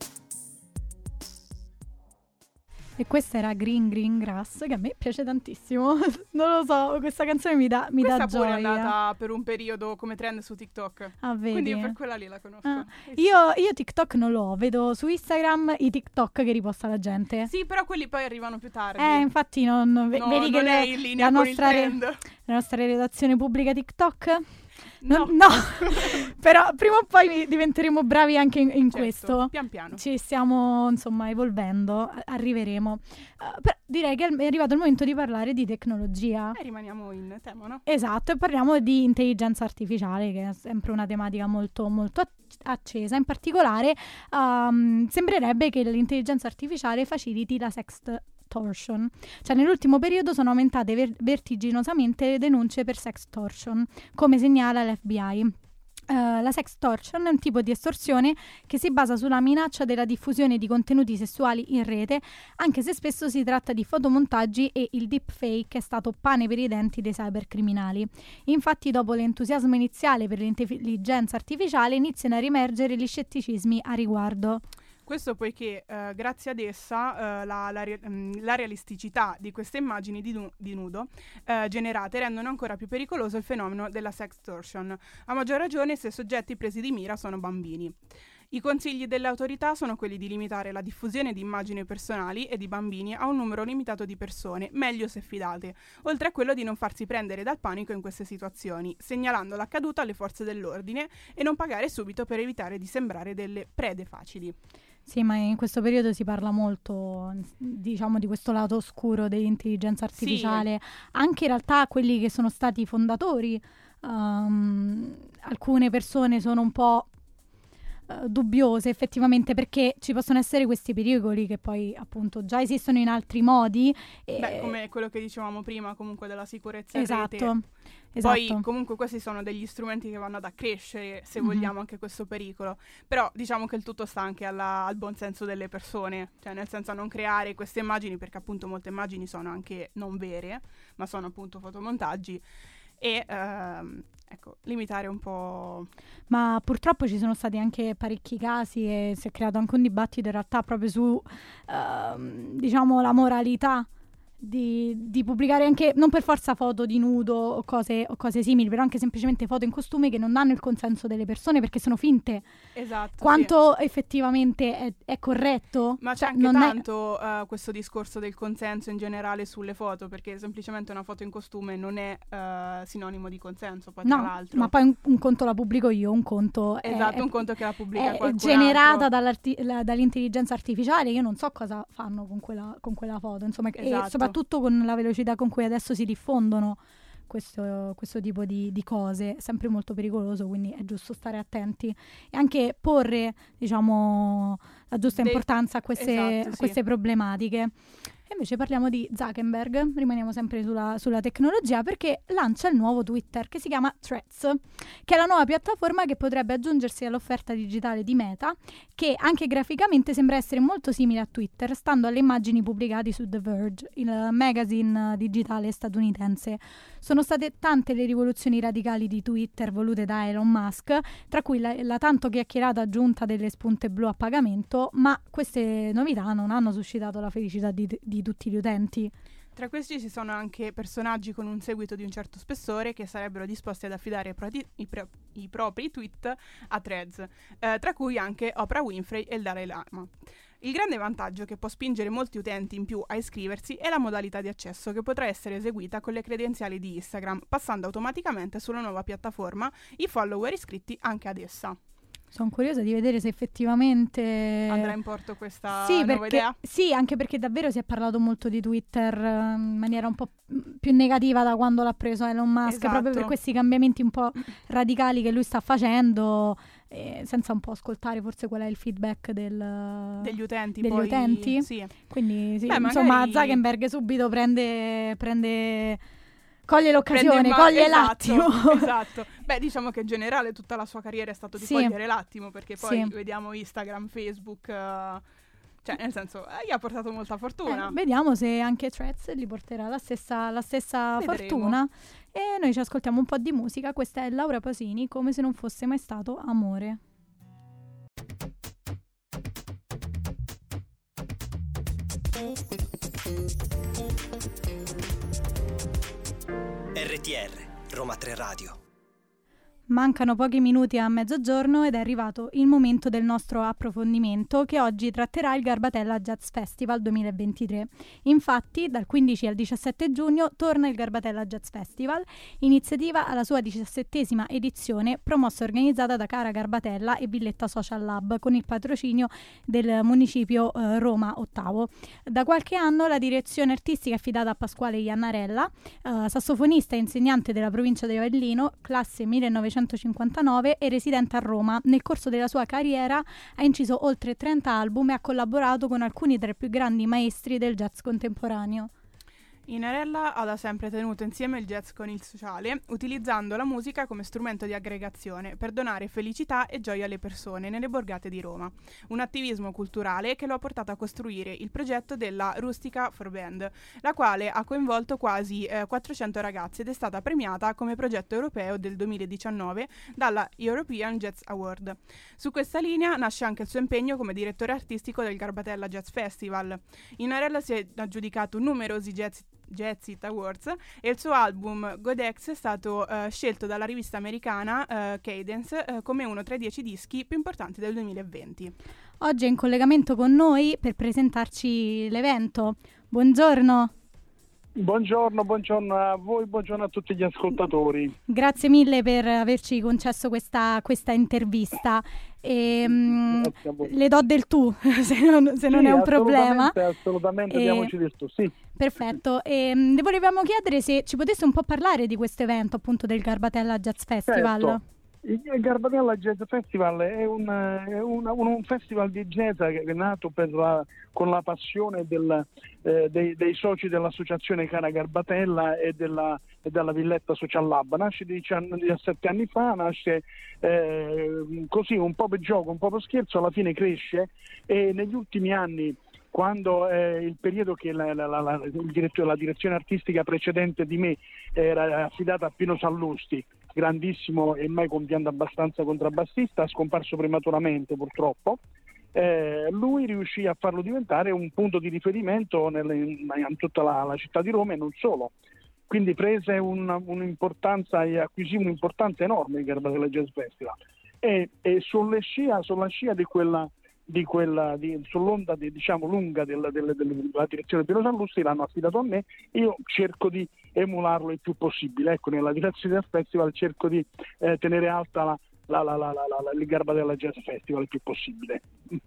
A: E questa era Green Green Grass, che a me piace tantissimo. Non lo so, questa canzone mi dà, mi
B: Questa
A: dà
B: pure
A: gioia.
B: è andata per un periodo come trend su TikTok.
A: Ah, vedi?
B: Quindi io per quella lì la conosco.
A: Ah,
B: Eh sì.
A: Io, io TikTok non l'ho, vedo su Instagram i TikTok che riposta la gente.
B: Sì, però quelli poi arrivano più tardi.
A: Eh, infatti non, ve-
B: No,
A: vedi che
B: non è
A: le-
B: in linea
A: la,
B: con
A: nostra
B: il
A: re-
B: trend.
A: la nostra redazione pubblica TikTok?
B: No.
A: No, però prima o poi diventeremo bravi anche in, in
B: Certo,
A: questo.
B: pian piano.
A: Ci stiamo insomma evolvendo, a- arriveremo. Uh, però direi che è arrivato il momento di parlare di tecnologia.
B: E rimaniamo in tema, no?
A: Esatto, e parliamo di intelligenza artificiale, che è sempre una tematica molto, molto ac- accesa. In particolare, um, sembrerebbe che l'intelligenza artificiale faciliti la sextortion. Cioè, nell'ultimo periodo sono aumentate ver- vertiginosamente le denunce per sextortion, come segnala l'F B I. Uh, la sextortion è un tipo di estorsione che si basa sulla minaccia della diffusione di contenuti sessuali in rete, anche se spesso si tratta di fotomontaggi e il deepfake è stato pane per i denti dei cybercriminali. Infatti, dopo l'entusiasmo iniziale per l'intelligenza artificiale, iniziano a riemergere gli scetticismi a riguardo.
B: Questo poiché eh, grazie ad essa eh, la, la, mh, la realisticità di queste immagini di, nu- di nudo eh, generate rendono ancora più pericoloso il fenomeno della sextortion, a maggior ragione se i soggetti presi di mira sono bambini. I consigli delle autorità sono quelli di limitare la diffusione di immagini personali e di bambini a un numero limitato di persone, meglio se fidate, oltre a quello di non farsi prendere dal panico in queste situazioni, segnalando l'accaduto alle forze dell'ordine e non pagare subito per evitare di sembrare delle prede facili.
A: Sì, ma in questo periodo si parla molto, diciamo, di questo lato oscuro dell'intelligenza artificiale. Sì. Anche in realtà quelli che sono stati fondatori, um, alcune persone sono un po' uh, dubbiose effettivamente, perché ci possono essere questi pericoli che poi appunto già esistono in altri modi. E...
B: Beh, come quello che dicevamo prima comunque della sicurezza
A: esatto.
B: in rete.
A: Esatto.
B: Poi comunque questi sono degli strumenti che vanno ad accrescere, se mm-hmm. vogliamo, anche questo pericolo. Però diciamo che il tutto sta anche alla, al buon senso delle persone, cioè nel senso a non creare queste immagini, perché appunto molte immagini sono anche non vere, ma sono appunto fotomontaggi, e ehm, ecco, limitare un po'.
A: Ma purtroppo ci sono stati anche parecchi casi e si è creato anche un dibattito in realtà proprio su ehm, diciamo la moralità Di, di pubblicare anche, non per forza foto di nudo o cose, o cose simili, però anche semplicemente foto in costume che non danno il consenso delle persone perché sono finte.
B: Esatto.
A: Quanto
B: sì.
A: effettivamente è, è corretto?
B: Ma c'è
A: cioè,
B: anche
A: non
B: tanto è... uh, questo discorso del consenso in generale sulle foto, perché semplicemente una foto in costume non è uh, sinonimo di consenso, poi
A: no,
B: tra l'altro.
A: Ma poi un, un conto la pubblico io, un conto
B: esatto,
A: è,
B: un conto che la pubblica
A: è
B: qualcun
A: generata
B: altro.
A: La, dall'intelligenza artificiale. Io non so cosa fanno con quella, con quella foto, insomma,
B: esatto.
A: e soprattutto con la velocità con cui adesso si diffondono questo, questo tipo di, di cose, è sempre molto pericoloso, quindi è giusto stare attenti e anche porre, diciamo, la giusta De- importanza a queste,
B: esatto,
A: a queste
B: sì.
A: problematiche. E invece parliamo di Zuckerberg, rimaniamo sempre sulla, sulla tecnologia, perché lancia il nuovo Twitter che si chiama Threads, che è la nuova piattaforma che potrebbe aggiungersi all'offerta digitale di Meta, che anche graficamente sembra essere molto simile a Twitter, stando alle immagini pubblicate su The Verge, il magazine digitale statunitense. Sono state tante le rivoluzioni radicali di Twitter volute da Elon Musk, tra cui la, la tanto chiacchierata aggiunta delle spunte blu a pagamento, ma queste novità non hanno suscitato la felicità di, di tutti gli utenti.
B: Tra questi ci sono anche personaggi con un seguito di un certo spessore che sarebbero disposti ad affidare i, pro- i, pro- i propri tweet a Threads, eh, tra cui anche Oprah Winfrey e il Dalai Lama. Il grande vantaggio che può spingere molti utenti in più a iscriversi è la modalità di accesso che potrà essere eseguita con le credenziali di Instagram, passando automaticamente sulla nuova piattaforma i follower iscritti anche ad essa.
A: Sono curiosa di vedere se effettivamente
B: andrà in porto questa
A: sì,
B: nuova
A: perché,
B: idea.
A: Sì, anche perché davvero si è parlato molto di Twitter uh, in maniera un po' più negativa da quando l'ha preso Elon Musk,
B: esatto.
A: proprio per questi cambiamenti un po' radicali che lui sta facendo, eh, senza un po' ascoltare forse qual è il feedback del,
B: degli utenti.
A: Degli
B: poi,
A: utenti.
B: Sì.
A: Quindi sì,
B: Beh,
A: insomma
B: magari...
A: Zuckerberg subito prende... prende coglie l'occasione,
B: ma-
A: coglie
B: esatto,
A: l'attimo.
B: Esatto. Beh, diciamo che in generale tutta la sua carriera è stato di
A: sì.
B: cogliere l'attimo, perché poi
A: sì.
B: vediamo Instagram, Facebook, uh, cioè nel senso, eh, gli ha portato molta fortuna.
A: Eh, vediamo se anche Threads gli porterà la stessa, la stessa fortuna. E noi ci ascoltiamo un po' di musica. Questa è Laura Pasini, Come se non fosse mai stato amore.
D: R T R, Roma tre Radio.
A: Mancano pochi minuti a mezzogiorno ed è arrivato il momento del nostro approfondimento che oggi tratterà il Garbatella Jazz Festival duemilaventitré. Infatti, dal quindici al diciassette giugno torna il Garbatella Jazz Festival, iniziativa alla sua diciassettesima edizione, promossa e organizzata da Cara Garbatella e Villetta Social Lab con il patrocinio del municipio eh, Roma ottavo. Da qualche anno la direzione artistica è affidata a Pasquale Iannarella, eh, sassofonista e insegnante della provincia di Avellino, classe millenovecentocinquantanove e residente a Roma. Nel corso della sua carriera ha inciso oltre trenta album e ha collaborato con alcuni tra i più grandi maestri del jazz contemporaneo.
B: Inarella ha da sempre tenuto insieme il jazz con il sociale, utilizzando la musica come strumento di aggregazione per donare felicità e gioia alle persone nelle borgate di Roma. Un attivismo culturale che lo ha portato a costruire il progetto della Rustica for Band, la quale ha coinvolto quasi eh, quattrocento ragazzi ed è stata premiata come progetto europeo del duemiladiciannove dalla European Jazz Award. Su questa linea nasce anche il suo impegno come direttore artistico del Garbatella Jazz Festival. Inarella si è aggiudicato numerosi jazz Jazz It Awards e il suo album Godex è stato uh, scelto dalla rivista americana uh, Cadence uh, come uno tra i dieci dischi più importanti del duemilaventi.
A: Oggi è in collegamento con noi per presentarci l'evento. Buongiorno.
E: Buongiorno, buongiorno a voi, buongiorno a tutti gli ascoltatori.
A: Grazie mille per averci concesso questa, questa intervista. E, um, le do del tu, se non, se non
E: sì,
A: è un problema.
E: Assolutamente,
A: e,
E: diamoci del tu, sì.
A: Perfetto. E, um, le volevamo chiedere se ci potesse un po' parlare di questo evento, appunto, del Garbatella Jazz Festival.
E: Certo. Il Garbatella Jazz Festival è, un, è un, un festival di jazz che è nato per la, con la passione del, eh, dei, dei soci dell'associazione Cara Garbatella e della, e della Villetta Social Lab. Nasce diciassette anni fa, nasce eh, così un po' per gioco, un po' per scherzo, alla fine cresce e negli ultimi anni, quando eh, il periodo che la, la, la, la, il direttore, la direzione artistica precedente di me era affidata a Pino Sallusti, grandissimo e mai compianto abbastanza contrabbassista, scomparso prematuramente purtroppo, eh, lui riuscì a farlo diventare un punto di riferimento nelle, in, in tutta la, la città di Roma e non solo. Quindi prese un, un'importanza e acquisì un'importanza enorme il Garbatella Jazz Festival e, e sulla scia, sulla scia di quella di quella di, sull'onda di, diciamo lunga della, della, della direzione di Pino Sallusti l'hanno affidato a me. Io cerco di emularlo il più possibile, ecco, nella direzione del festival cerco di eh, tenere alta la, la, la, la, la, la, il Garbatella Jazz Festival il più possibile.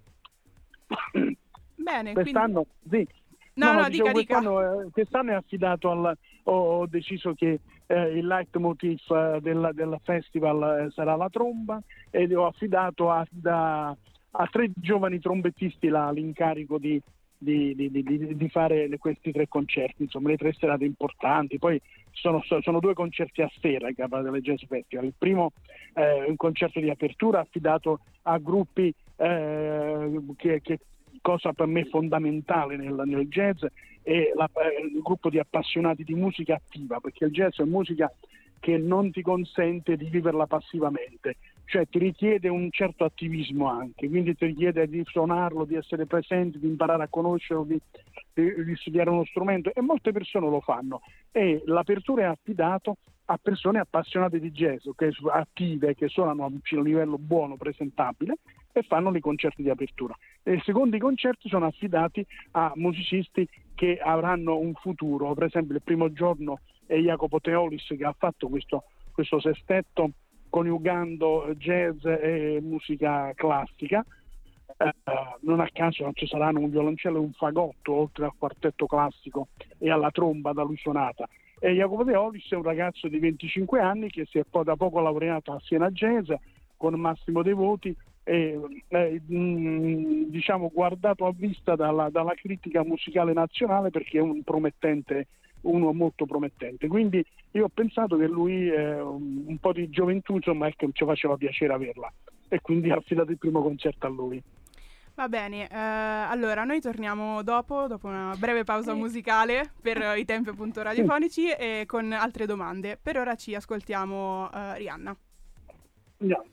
B: Bene,
E: quest'anno
B: quindi...
E: sì
B: no,
E: no,
B: no,
E: dicevo,
B: dica,
E: quest'anno,
B: dica.
E: Eh, quest'anno è affidato al ho, ho deciso che eh, il leitmotiv eh, del, del festival eh, sarà la tromba ed ho affidato a, da a tre giovani trombettisti là, l'incarico di, di, di, di, di fare le, questi tre concerti, insomma le tre serate importanti. Poi sono, sono due concerti a sera il Garbatella Jazz Festival. Il primo è eh, un concerto di apertura affidato a gruppi eh, che, che cosa per me fondamentale nel, nel jazz è la, eh, il gruppo di appassionati di musica attiva, perché il jazz è musica che non ti consente di viverla passivamente, cioè ti richiede un certo attivismo anche, quindi ti richiede di suonarlo, di essere presenti, di imparare a conoscerlo, di, di, di studiare uno strumento, e molte persone lo fanno, e l'apertura è affidato a persone appassionate di jazz, che attive, che suonano a un livello buono, presentabile, e fanno i concerti di apertura. E i secondi concerti sono affidati a musicisti che avranno un futuro. Per esempio il primo giorno è Jacopo Teolis, che ha fatto questo, questo sestetto coniugando jazz e musica classica. Eh, non a caso non ci saranno un violoncello e un fagotto oltre al quartetto classico e alla tromba da lui suonata. E Jacopo Teolis è un ragazzo di venticinque anni che si è poi da poco laureato a Siena Jazz con Massimo De Voti e eh, mh, diciamo guardato a vista dalla, dalla critica musicale nazionale, perché è un promettente, uno molto promettente. Quindi io ho pensato che lui eh, un, un po' di gioventù, insomma, ecco, ci faceva piacere averla, e quindi ho affidato il primo concerto a lui.
B: Va bene, eh, allora noi torniamo dopo, dopo una breve pausa musicale per eh, i tempi appunto radiofonici e con altre domande. Per ora ci ascoltiamo eh, Rihanna.
E: Andiamo.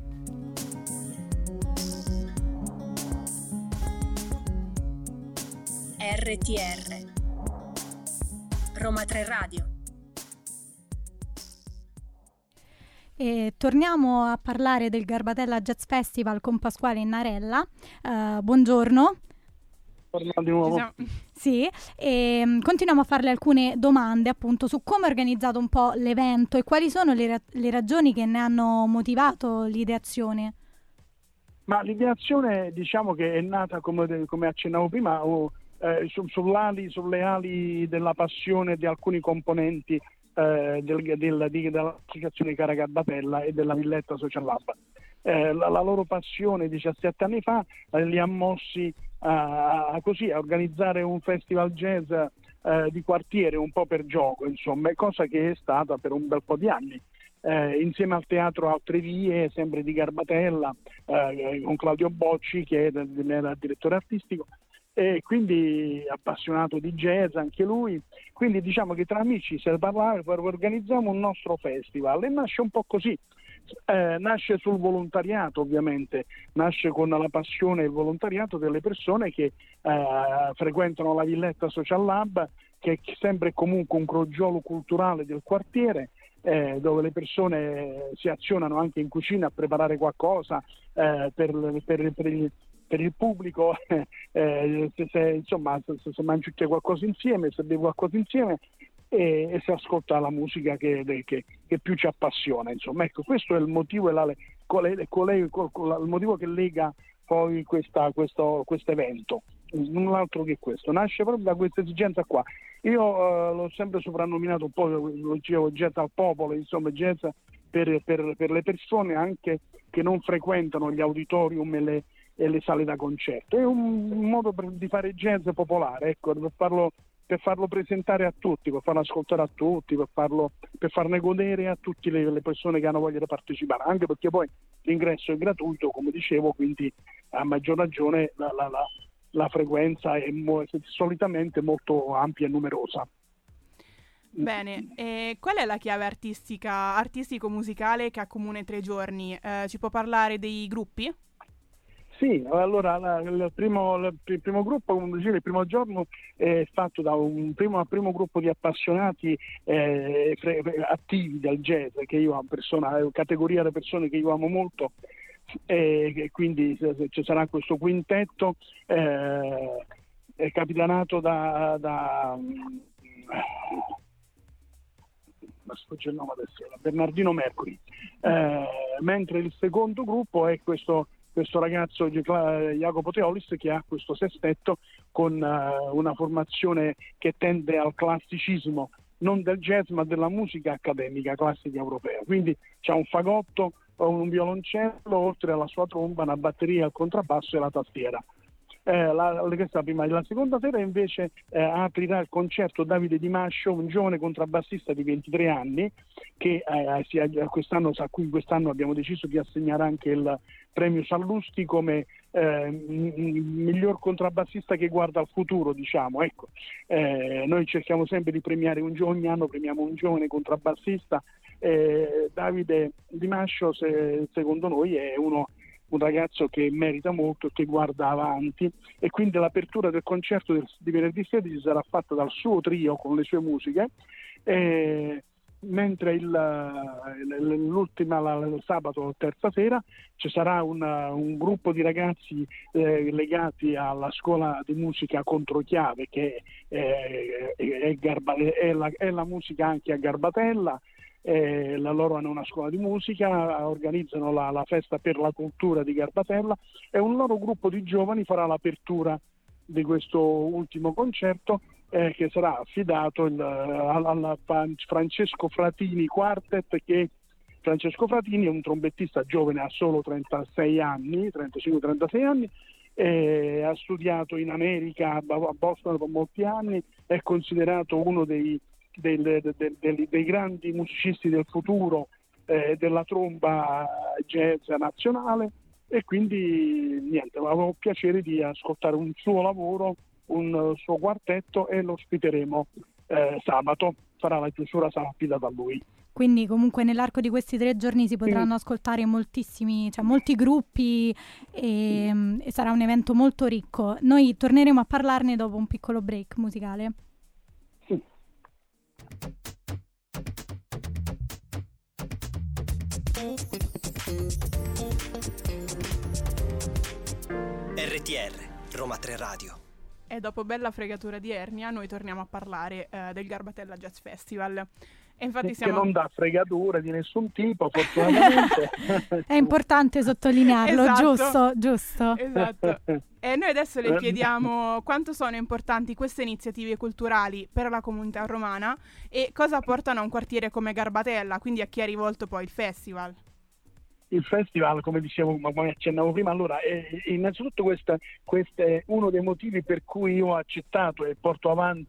C: R T R Roma tre Radio.
A: E torniamo a parlare del Garbatella Jazz Festival con Pasquale Inarella. Uh, buongiorno.
E: Torniamo di nuovo.
A: Sì, e um, continuiamo a farle alcune domande appunto su come è organizzato un po' l'evento e quali sono le, ra- le ragioni che ne hanno motivato l'ideazione.
E: Ma l'ideazione, diciamo che è nata, come, come accennavo prima, o, eh, su, sull'ali, sulle ali della passione di alcuni componenti eh, del, del, di, dell'associazione Cara Garbatella e della Villetta Social Lab. Eh, la, la loro passione diciassette anni fa eh, li ha mossi a, a, così, a organizzare un festival jazz eh, di quartiere un po' per gioco, insomma, cosa che è stata per un bel po' di anni. Eh, insieme al Teatro Altre Vie, sempre di Garbatella, eh, con Claudio Bocci che era il direttore artistico, e quindi appassionato di jazz anche lui. Quindi diciamo che tra amici se parlava, organizziamo un nostro festival, e nasce un po' così. Eh, nasce sul volontariato, ovviamente, nasce con la passione e il volontariato delle persone che eh, frequentano la Villetta Social Lab, che è sempre e comunque un crogiolo culturale del quartiere, eh, dove le persone si azionano anche in cucina a preparare qualcosa eh, per, per, per, il, per il pubblico, eh, se, se, insomma, se, se mangiucchia qualcosa insieme, se beve qualcosa insieme, e, e si ascolta la musica che, che, che più ci appassiona. Insomma, ecco, questo è il motivo, è la, qual è, qual è, il motivo che lega poi questa, questo evento. Null'altro che questo, nasce proprio da questa esigenza qua. Io uh, l'ho sempre soprannominato un po', lo dicevo, jazz al popolo, insomma jazz per, per, per le persone anche che non frequentano gli auditorium e le, e le sale da concerto. È un, un modo per, di fare jazz popolare, ecco, per farlo, per farlo presentare a tutti, per farlo ascoltare a tutti, per, farlo, per farne godere a tutte le, le persone che hanno voglia di partecipare, anche perché poi l'ingresso è gratuito, come dicevo, quindi a maggior ragione la, la, la la frequenza è mo- solitamente molto ampia e numerosa.
B: Bene, e qual è la chiave artistica, artistico-musicale che accomuna i tre giorni? Eh, ci può parlare dei gruppi?
E: Sì, allora la, il, primo, il primo gruppo, come dicevo, il primo giorno è fatto da un primo, primo gruppo di appassionati eh, fre- attivi del jazz, che io amo, persona, categoria di persone che io amo molto, e quindi ci sarà questo quintetto eh, capitanato da, da il nome adesso, Bernardino Mercuri, eh, mentre il secondo gruppo è questo, questo ragazzo Jacopo Teolis, che ha questo sestetto con uh, una formazione che tende al classicismo, non del jazz ma della musica accademica classica europea, quindi c'è un fagotto, un violoncello, oltre alla sua tromba, una batteria, il contrabbasso e la tastiera. Eh, la, questa prima. La seconda sera invece eh, aprirà il concerto Davide Di Mascio, un giovane contrabbassista di ventitré anni che eh, si, quest'anno, a cui quest'anno abbiamo deciso di assegnare anche il premio Sallusti come eh, miglior contrabbassista che guarda al futuro, diciamo. Ecco, eh, noi cerchiamo sempre di premiare un giovane, ogni anno premiamo un giovane contrabbassista. Eh, Davide Di Mascio, se, secondo noi, è uno un ragazzo che merita molto e che guarda avanti, e quindi l'apertura del concerto del, di venerdì sedici sarà fatta dal suo trio con le sue musiche, eh, mentre il, l'ultima, la, il sabato terza sera ci sarà una, un gruppo di ragazzi eh, legati alla scuola di musica Controchiave, che è, è, è, Garba, è, la, è la musica anche a Garbatella. Eh, la loro hanno una scuola di musica, organizzano la, la festa per la cultura di Garbatella, e un loro gruppo di giovani farà l'apertura di questo ultimo concerto, eh, che sarà affidato il, al Francesco Fratini Quartet, che Francesco Fratini è un trombettista giovane, ha solo trentasei anni, trentacinque trentasei anni, eh, ha studiato in America, a Boston per molti anni, è considerato uno dei Del, del, del, dei grandi musicisti del futuro eh, della tromba jazz nazionale, e quindi niente, avevo piacere di ascoltare un suo lavoro, un suo quartetto, e lo ospiteremo eh, sabato, farà la chiusura, sarà affidata a lui.
A: Quindi comunque nell'arco di questi tre giorni si potranno sì. ascoltare moltissimi, cioè molti gruppi, e, e sarà un evento molto ricco. Noi torneremo a parlarne dopo un piccolo break musicale.
D: R T R, Roma tre Radio.
B: E dopo bella fregatura di ernia, noi torniamo a parlare eh, del Garbatella Jazz Festival. E infatti siamo...
E: Che non dà fregature di nessun tipo, fortunatamente.
A: È importante sottolinearlo, esatto. giusto, giusto.
B: Esatto. E noi adesso le chiediamo quanto sono importanti queste iniziative culturali per la comunità romana e cosa portano a un quartiere come Garbatella, quindi a chi è rivolto poi il festival.
E: Il festival, come dicevo, ma come accennavo prima, allora, è, innanzitutto questo è uno dei motivi per cui io ho accettato e porto avanti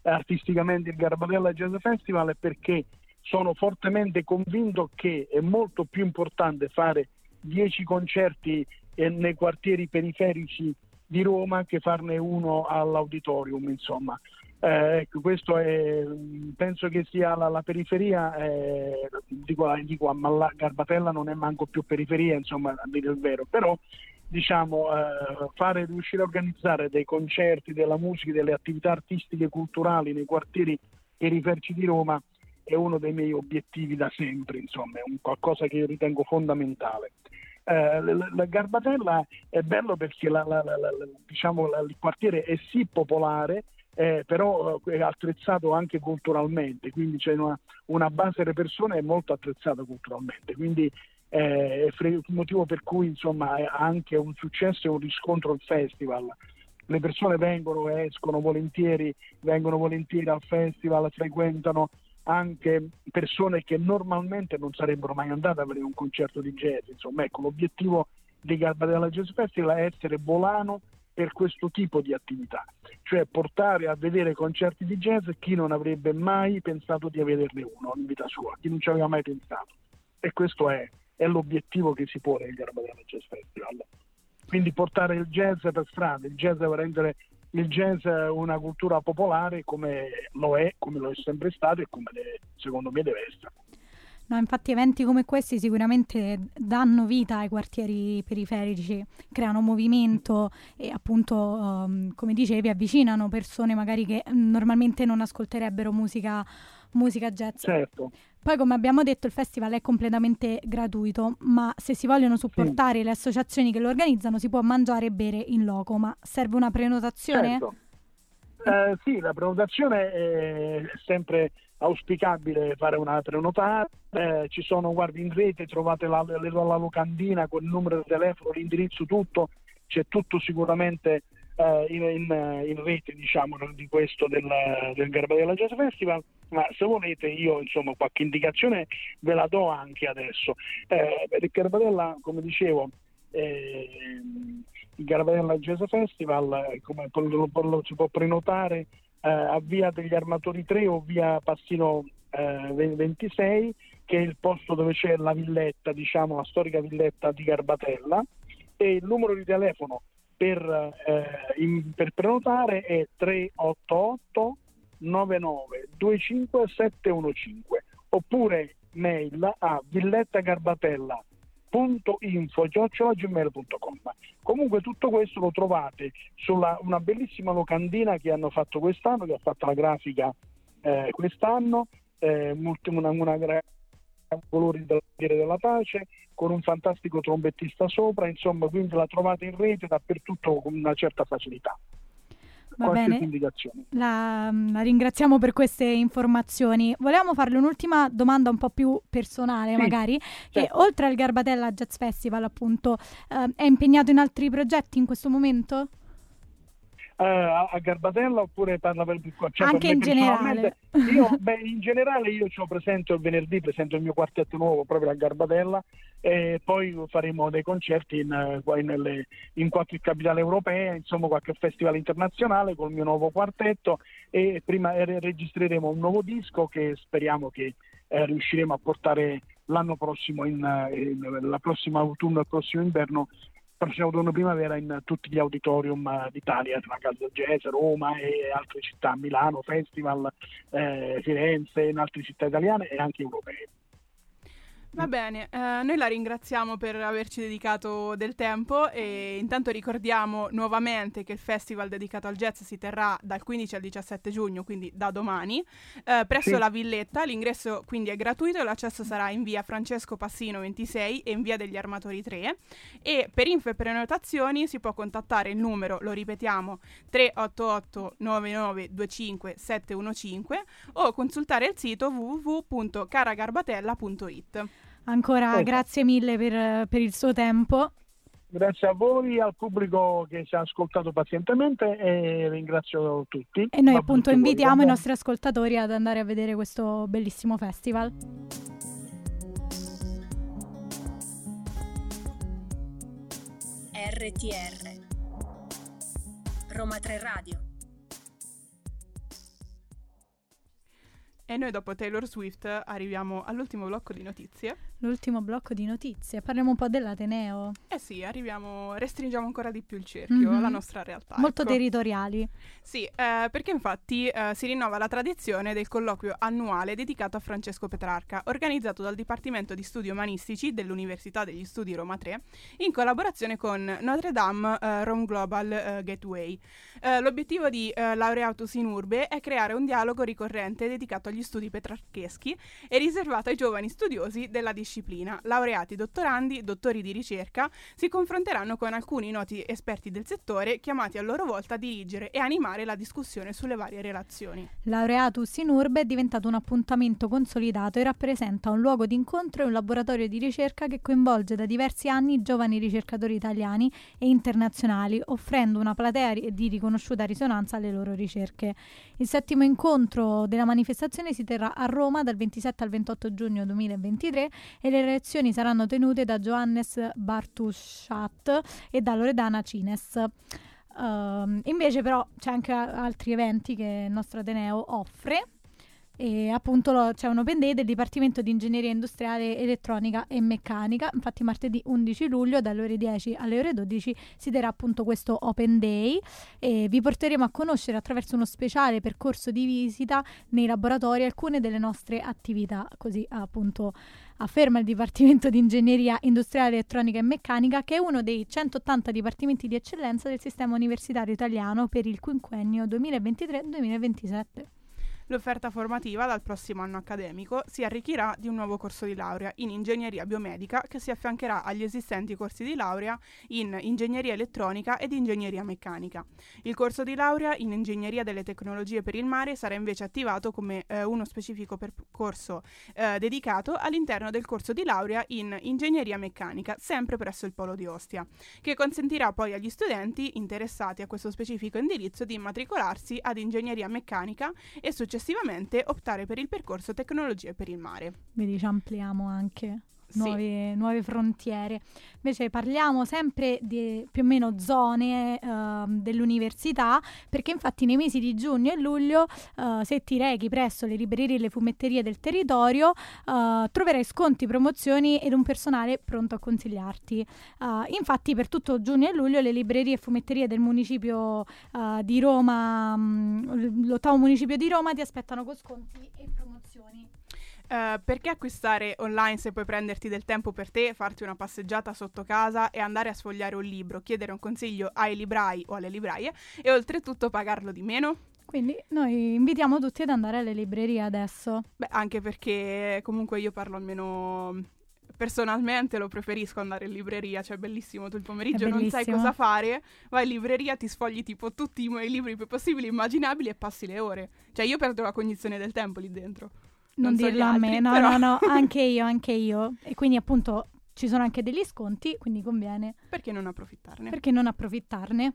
E: artisticamente il Garbatella Jazz Festival è perché sono fortemente convinto che è molto più importante fare dieci concerti eh, nei quartieri periferici di Roma che farne uno all'auditorium, insomma. Eh, ecco, questo è, penso che sia la, la periferia, eh, dico, dico, ma la Garbatella non è manco più periferia, insomma, a dire il vero, però diciamo eh, fare, riuscire a organizzare dei concerti, della musica, delle attività artistiche e culturali nei quartieri periferici di Roma è uno dei miei obiettivi da sempre, insomma, è un qualcosa che io ritengo fondamentale. Eh, la, la Garbatella è bello perché la, la, la, la, diciamo, la, il quartiere è sì popolare, eh, però è attrezzato anche culturalmente, quindi c'è una, una base delle persone è molto attrezzata culturalmente, quindi eh, è il motivo per cui insomma ha anche un successo e un riscontro il festival. Le persone vengono e escono volentieri, vengono volentieri al festival, frequentano anche persone che normalmente non sarebbero mai andate a vedere un concerto di jazz. Insomma, ecco, l'obiettivo di Garbatella Jazz Festival è essere volano per questo tipo di attività, cioè portare a vedere concerti di jazz chi non avrebbe mai pensato di averne uno in vita sua, chi non ci aveva mai pensato. E questo è, è l'obiettivo che si pone il Garbatella Jazz Festival. Quindi portare il jazz per strada, il jazz per rendere il jazz una cultura popolare come lo è, come lo è sempre stato e come le, secondo me deve essere.
A: No, infatti eventi come questi sicuramente danno vita ai quartieri periferici, creano movimento e appunto, um, come dicevi, avvicinano persone magari che normalmente non ascolterebbero musica, musica jazz.
E: Certo.
A: Poi, come abbiamo detto, il festival è completamente gratuito, ma se si vogliono supportare sì. le associazioni che lo organizzano si può mangiare e bere in loco, ma serve una prenotazione?
E: Certo. Eh, sì, la prenotazione è sempre auspicabile fare una prenotata, eh, ci sono, guardi, in rete trovate la, la, la locandina con il numero di telefono, l'indirizzo, tutto, c'è tutto sicuramente eh, in, in, in rete, diciamo, di questo del, del Garbatella Jazz Festival, ma se volete io insomma qualche indicazione ve la do anche adesso. Eh, per il Garbatella, come dicevo, eh, il Garbatella Jazz Festival come lo, lo si può prenotare eh, a via degli Armatori tre o via Passino eh, ventisei, che è il posto dove c'è la villetta, diciamo la storica villetta di Garbatella, e il numero di telefono per, eh, in, per prenotare è tre otto otto nove nove due cinque sette uno cinque oppure mail a villettagarbatella punto info chiocciola gmail punto com. Comunque tutto questo lo trovate sulla una bellissima locandina che hanno fatto quest'anno, che ha fatto la grafica eh, quest'anno, eh, una, una gra- colori del Bandiere della Pace con un fantastico trombettista sopra, insomma, quindi la trovate in rete dappertutto con una certa facilità.
A: Va bene, la, la ringraziamo per queste informazioni. Volevamo farle un'ultima domanda un po' più personale, sì, magari, certo. Che oltre al Garbatella Jazz Festival, appunto, eh, è impegnato in altri progetti in questo momento?
E: Uh, a Garbatella oppure parla per cioè
A: anche
E: per
A: in generale?
E: Io, beh, in generale io ci presento il venerdì, presento il mio quartetto nuovo proprio a Garbatella e poi faremo dei concerti in, in, nelle, in qualche capitale europea, insomma qualche festival internazionale con il mio nuovo quartetto, e prima registreremo un nuovo disco che speriamo che eh, riusciremo a portare l'anno prossimo, in, in la prossima autunno e il prossimo inverno, prossimo autunno primavera, in tutti gli auditorium d'Italia, tra Casa Jazz, Roma e altre città, Milano, Festival, eh, Firenze, in altre città italiane e anche europee.
B: Va bene, eh, noi la ringraziamo per averci dedicato del tempo e intanto ricordiamo nuovamente che il festival dedicato al jazz si terrà dal quindici al diciassette giugno, quindi da domani, eh, presso sì. la Villetta. L'ingresso quindi è gratuito e l'accesso sarà in via Francesco Passino ventisei e in via degli Armatori tre, e per info e prenotazioni si può contattare il numero, lo ripetiamo, tre otto otto nove nove due cinque sette uno cinque o consultare il sito w w w punto caragarbatella punto it.
A: Ancora, ecco. Grazie mille per, per il suo tempo.
E: Grazie a voi, al pubblico che ci ha ascoltato pazientemente, e ringrazio tutti.
A: E noi Ma appunto invitiamo voi, i nostri ascoltatori ad andare a vedere questo bellissimo festival.
C: R T R Roma tre Radio.
B: E noi dopo Taylor Swift arriviamo all'ultimo blocco di notizie.
A: L'ultimo blocco di notizie. Parliamo un po' dell'Ateneo.
B: Eh sì, arriviamo, restringiamo ancora di più il cerchio,
A: Mm-hmm.
B: la nostra realtà.
A: Molto
B: ecco.
A: territoriali.
B: Sì, eh, perché infatti eh, si rinnova la tradizione del colloquio annuale dedicato a Francesco Petrarca, organizzato dal Dipartimento di Studi Umanistici dell'Università degli Studi Roma tre, in collaborazione con Notre Dame eh, Rome Global eh, Gateway. Eh, l'obiettivo di eh, Laureatus in Urbe è creare un dialogo ricorrente dedicato agli studi petrarcheschi e riservato ai giovani studiosi della disciplina. Laureati, dottorandi, dottori di ricerca si confronteranno con alcuni noti esperti del settore, chiamati a loro volta a dirigere e animare la discussione sulle varie relazioni.
A: Laureatus in Urbe è diventato un appuntamento consolidato e rappresenta un luogo di incontro e un laboratorio di ricerca che coinvolge da diversi anni giovani ricercatori italiani e internazionali, offrendo una platea di riconosciuta risonanza alle loro ricerche. Il settimo incontro della manifestazione si terrà a Roma dal ventisette al ventotto giugno duemilaventitré e le lezioni saranno tenute da Johannes Bartuschat e da Loredana Cines. Uh, invece però c'è anche altri eventi che il nostro Ateneo offre. E appunto lo, c'è un open day del Dipartimento di Ingegneria Industriale, Elettronica e Meccanica. Infatti martedì undici luglio dalle ore dieci alle ore dodici si terrà appunto questo open day e vi porteremo a conoscere attraverso uno speciale percorso di visita nei laboratori alcune delle nostre attività, così appunto afferma il Dipartimento di Ingegneria Industriale, Elettronica e Meccanica, che è uno dei centottanta dipartimenti di eccellenza del sistema universitario italiano per il quinquennio duemilaventitré duemilaventisette.
B: L'offerta formativa dal prossimo anno accademico si arricchirà di un nuovo corso di laurea in ingegneria biomedica che si affiancherà agli esistenti corsi di laurea in ingegneria elettronica ed ingegneria meccanica. Il corso di laurea in ingegneria delle tecnologie per il mare sarà invece attivato come eh, uno specifico percorso eh, dedicato all'interno del corso di laurea in ingegneria meccanica, sempre presso il Polo di Ostia, che consentirà poi agli studenti interessati a questo specifico indirizzo di immatricolarsi ad ingegneria meccanica e successivamente successivamente optare per il percorso tecnologie per il mare.
A: Vedi, ci ampliamo anche
B: Sì.
A: nuove, nuove frontiere. Invece parliamo sempre di più o meno zone uh, dell'università, perché infatti nei mesi di giugno e luglio uh, se ti rechi presso le librerie e le fumetterie del territorio uh, troverai sconti, promozioni ed un personale pronto a consigliarti. Uh, infatti per tutto giugno e luglio le librerie e fumetterie del municipio uh, di Roma, um, l'ottavo municipio di Roma, ti aspettano con sconti e promozioni.
B: Uh, perché acquistare online se puoi prenderti del tempo per te, farti una passeggiata sotto casa e andare a sfogliare un libro, chiedere un consiglio ai librai o alle libraie e oltretutto pagarlo di meno?
A: Quindi noi invitiamo tutti ad andare alle librerie adesso.
B: Beh, anche perché comunque io parlo almeno personalmente, lo preferisco andare in libreria, cioè bellissimo, tu il pomeriggio non sai cosa fare, vai in libreria, ti sfogli tipo tutti i, i libri più possibili, immaginabili e passi le ore. Cioè io perdo la cognizione del tempo lì dentro.
A: Non, non so dirlo a me, no, però... no, no, anche io, anche io. E quindi appunto ci sono anche degli sconti, quindi conviene.
B: Perché non approfittarne?
A: Perché non approfittarne?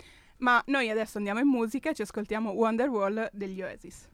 B: Ma noi adesso andiamo in musica e ci ascoltiamo Wonderwall degli Oasis.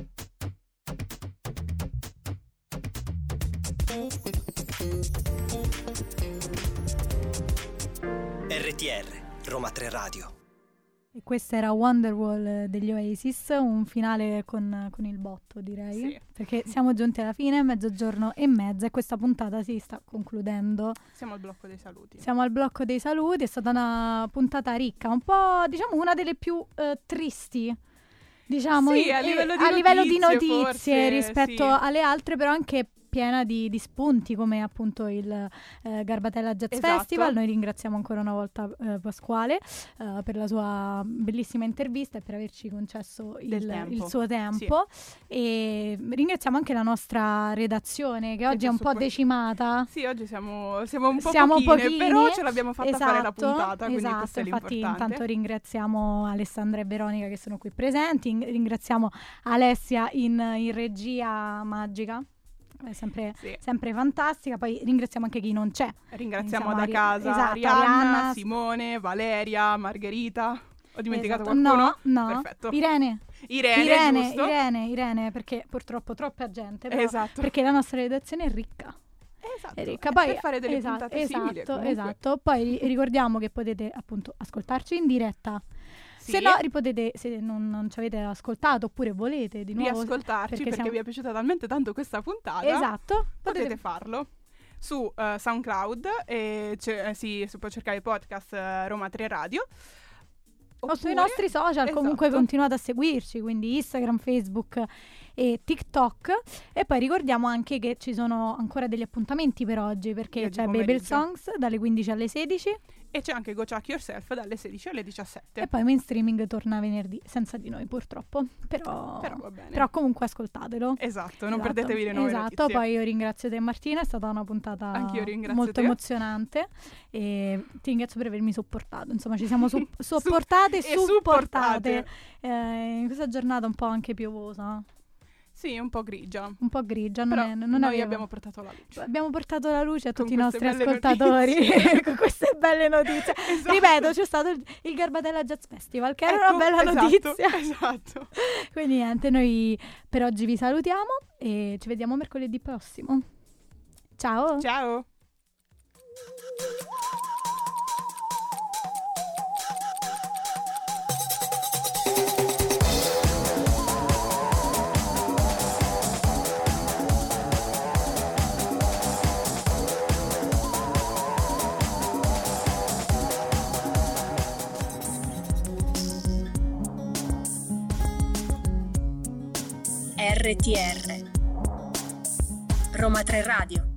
D: R T R, Roma tre Radio.
A: E questa era Wonderwall degli Oasis, un finale con, con il botto, direi.
B: Sì.
A: Perché siamo giunti alla fine, mezzogiorno e mezza, e questa puntata si sta concludendo.
B: Siamo al blocco dei saluti.
A: Siamo al blocco dei saluti, è stata una puntata ricca, un po', diciamo, una delle più eh, tristi, diciamo,
B: sì, a livello di
A: a
B: notizie,
A: livello di notizie
B: forse,
A: rispetto
B: sì.
A: alle altre, però anche piena di, di spunti, come appunto il eh, Garbatella Jazz
B: Esatto.
A: Festival. Noi ringraziamo ancora una volta eh, Pasquale eh, per la sua bellissima intervista e per averci concesso il, il suo tempo, sì. E ringraziamo anche la nostra redazione che oggi è un po' decimata.
B: Sì, oggi siamo, siamo un po'
A: siamo
B: pochine,
A: pochini,
B: però ce l'abbiamo fatta
A: esatto,
B: fare la puntata, quindi
A: esatto.
B: questo è
A: Infatti
B: l'importante.
A: intanto ringraziamo Alessandra e Veronica che sono qui presenti, in- ringraziamo Alessia in, in regia magica. È sempre, sì. sempre fantastica. Poi ringraziamo anche chi non c'è.
B: Ringraziamo, ringraziamo da
A: Ari-
B: casa
A: esatto,
B: Arianna,
A: Arianna,
B: Simone, Valeria, Margherita. Ho dimenticato
A: esatto.
B: qualcuno?
A: No, no.
B: Perfetto.
A: Irene.
B: Irene,
A: Irene,
B: giusto?
A: Irene, Irene, perché purtroppo troppa gente. Però,
B: esatto.
A: Perché la nostra redazione è ricca.
B: Esatto.
A: È ricca. Poi,
B: per fare delle
A: esatto,
B: puntate
A: esatto,
B: simili.
A: Esatto. Poi ricordiamo che potete appunto ascoltarci in diretta
B: Sì.
A: Se no, ripotete, se non, non ci avete ascoltato oppure volete di nuovo
B: riascoltarci perché, perché
A: siamo...
B: vi è piaciuta talmente tanto questa puntata.
A: Esatto.
B: Potete,
A: Potete
B: farlo su uh, SoundCloud e c- eh, sì, si può cercare il podcast uh, Roma tre Radio.
A: O sui nostri social,
B: esatto.
A: comunque continuate a seguirci, quindi Instagram, Facebook e TikTok. E poi ricordiamo anche che ci sono ancora degli appuntamenti per oggi, perché
B: Oggi
A: c'è Babel
B: pomeriggio.
A: Songs dalle quindici alle sedici
B: e c'è anche Go Chuck Yourself dalle sedici alle diciassette.
A: e poi Mainstreaming torna venerdì, senza di noi purtroppo, però,
B: Però va bene.
A: però comunque ascoltatelo.
B: Esatto, non
A: Esatto.
B: perdetevi le nuove
A: esatto.
B: notizie.
A: Poi io ringrazio te Martina, è stata una puntata
B: Anch'io ringrazio
A: molto
B: te.
A: emozionante e ti ringrazio per avermi sopportato, insomma ci siamo su- sopportate e
B: e
A: supportate
B: supportate.
A: eh, in questa giornata un po' anche piovosa,
B: Sì, un po' grigia.
A: un po' grigia, non,
B: Però
A: è, non
B: noi
A: avevo-
B: abbiamo portato la luce.
A: abbiamo portato la luce a
B: Con
A: tutti i
B: queste
A: nostri
B: belle
A: ascoltatori
B: notizie.
A: con queste belle notizie.
B: Esatto.
A: Ripeto, c'è stato il, il Garbatella Jazz Festival, che era
B: Ecco,
A: una bella
B: esatto,
A: notizia.
B: Esatto.
A: Quindi niente, noi per oggi vi salutiamo e ci vediamo mercoledì prossimo. Ciao.
B: Ciao.
C: R T R Roma tre Radio.